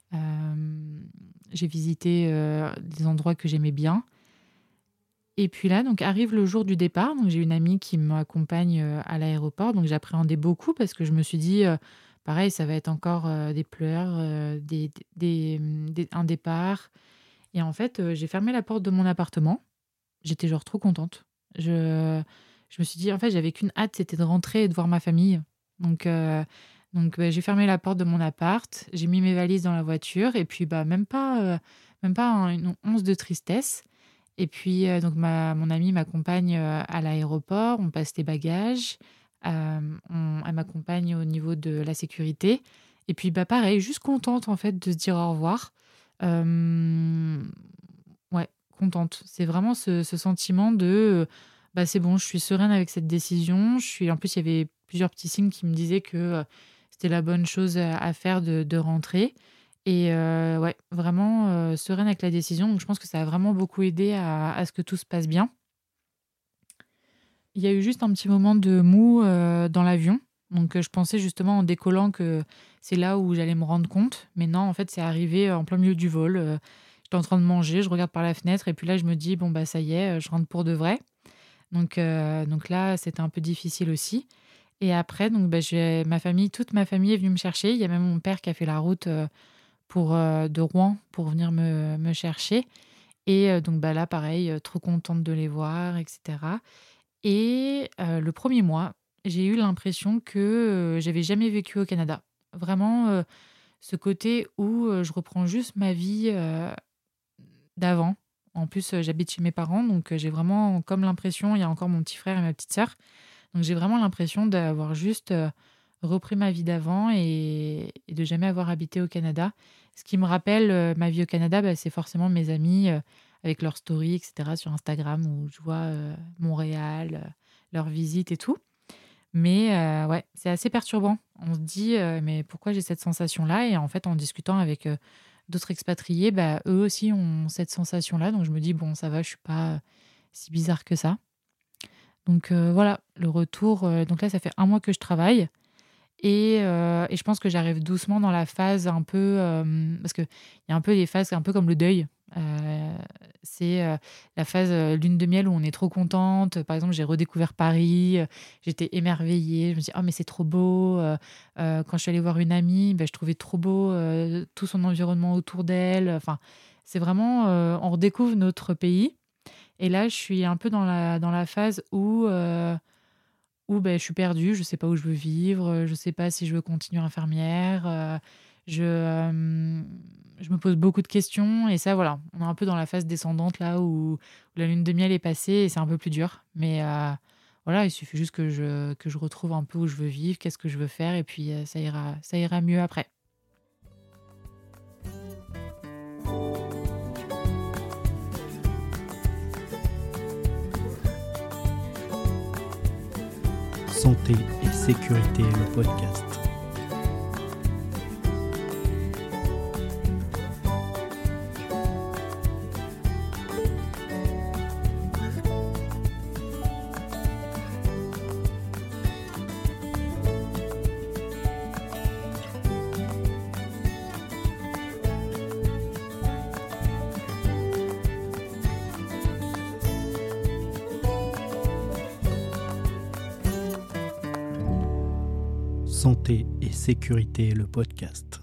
Speaker 2: j'ai visité, des endroits que j'aimais bien et puis là, donc arrive le jour du départ. Donc j'ai une amie qui m'accompagne, à l'aéroport. Donc j'appréhendais beaucoup parce que je me suis dit, pareil, ça va être encore, des pleurs, un départ et en fait, j'ai fermé la porte de mon appartement. J'étais genre trop contente. Je je me suis dit en fait, j'avais qu'une hâte, c'était de rentrer et de voir ma famille. Donc bah, j'ai fermé la porte de mon appart, j'ai mis mes valises dans la voiture et puis, bah, même pas une once de tristesse et puis, donc mon amie m'accompagne, à l'aéroport, on passe les bagages, on elle m'accompagne au niveau de la sécurité et puis, bah, pareil, juste contente en fait de se dire au revoir. Hem Ouais, contente. C'est vraiment ce sentiment de, bah, c'est bon, je suis sereine avec cette décision. En plus, il y avait plusieurs petits signes qui me disaient que, c'était la bonne chose à faire de rentrer et ouais, vraiment, sereine avec la décision. Donc je pense que ça a vraiment beaucoup aidé à ce que tout se passe bien. Il y a eu juste un petit moment de mou, dans l'avion. Donc je pensais justement en décollant que c'est là où j'allais me rendre compte. Mais non, en fait, c'est arrivé en plein milieu du vol. J'étais en train de manger, je regarde par la fenêtre et puis là, je me dis: «Bon, bah, ça y est, je rentre pour de vrai». Donc là, c'était un peu difficile aussi et après donc bah, j'ai ma famille toute ma famille est venue me chercher. Il y a même mon père qui a fait la route, de Rouen pour venir me chercher et donc bah, là, pareil, trop contente de les voir et cetera et le premier mois, j'ai eu l'impression que, j'avais jamais vécu au Canada. Vraiment, ce côté où, je reprends juste ma vie, d'avant. En plus, j'habite chez mes parents donc j'ai vraiment comme l'impression il y a encore mon petit frère et ma petite sœur. Donc j'ai vraiment l'impression d'avoir juste, repris ma vie d'avant et de jamais avoir habité au Canada. Ce qui me rappelle, ma vie au Canada, bah, c'est forcément mes amis, avec leurs stories et cetera sur Instagram où je vois, Montréal, leurs visites et tout. Mais ouais, c'est assez perturbant. On se dit, «Mais pourquoi j'ai cette sensation-là?» Et en fait, en discutant avec, d'autres expatriés, bah, eux aussi ont cette sensation-là. Donc je me dis: «Bon, ça va, je suis pas, si bizarre que ça». Donc voilà, le retour, donc là, ça fait 1 mois que je travaille et je pense que j'arrive doucement dans la phase un peu, parce qu'il y a un peu des phases un peu comme le deuil. Heu, c'est, la phase, lune de miel où on est trop contente. Par exemple, j'ai redécouvert Paris, j'étais émerveillée. Je me dis: «Oh mais c'est trop beau», quand je suis allée voir une amie, bah, je trouvais trop beau, tout son environnement autour d'elle. Enfin, c'est vraiment, on redécouvre notre pays et là, je suis un peu dans la phase où beh, je suis perdue, je sais pas où je veux vivre, je sais pas si je veux continuer infirmière, je, je me pose beaucoup de questions et ça, voilà, on est un peu dans la phase descendante là où la lune de miel est passée et c'est un peu plus dur. Mais voilà, il suffit juste que je retrouve un peu où je veux vivre, qu'est-ce que je veux faire et puis, ça ira mieux après.
Speaker 1: Santé et sécurité, le podcast. Santé et sécurité, le podcast.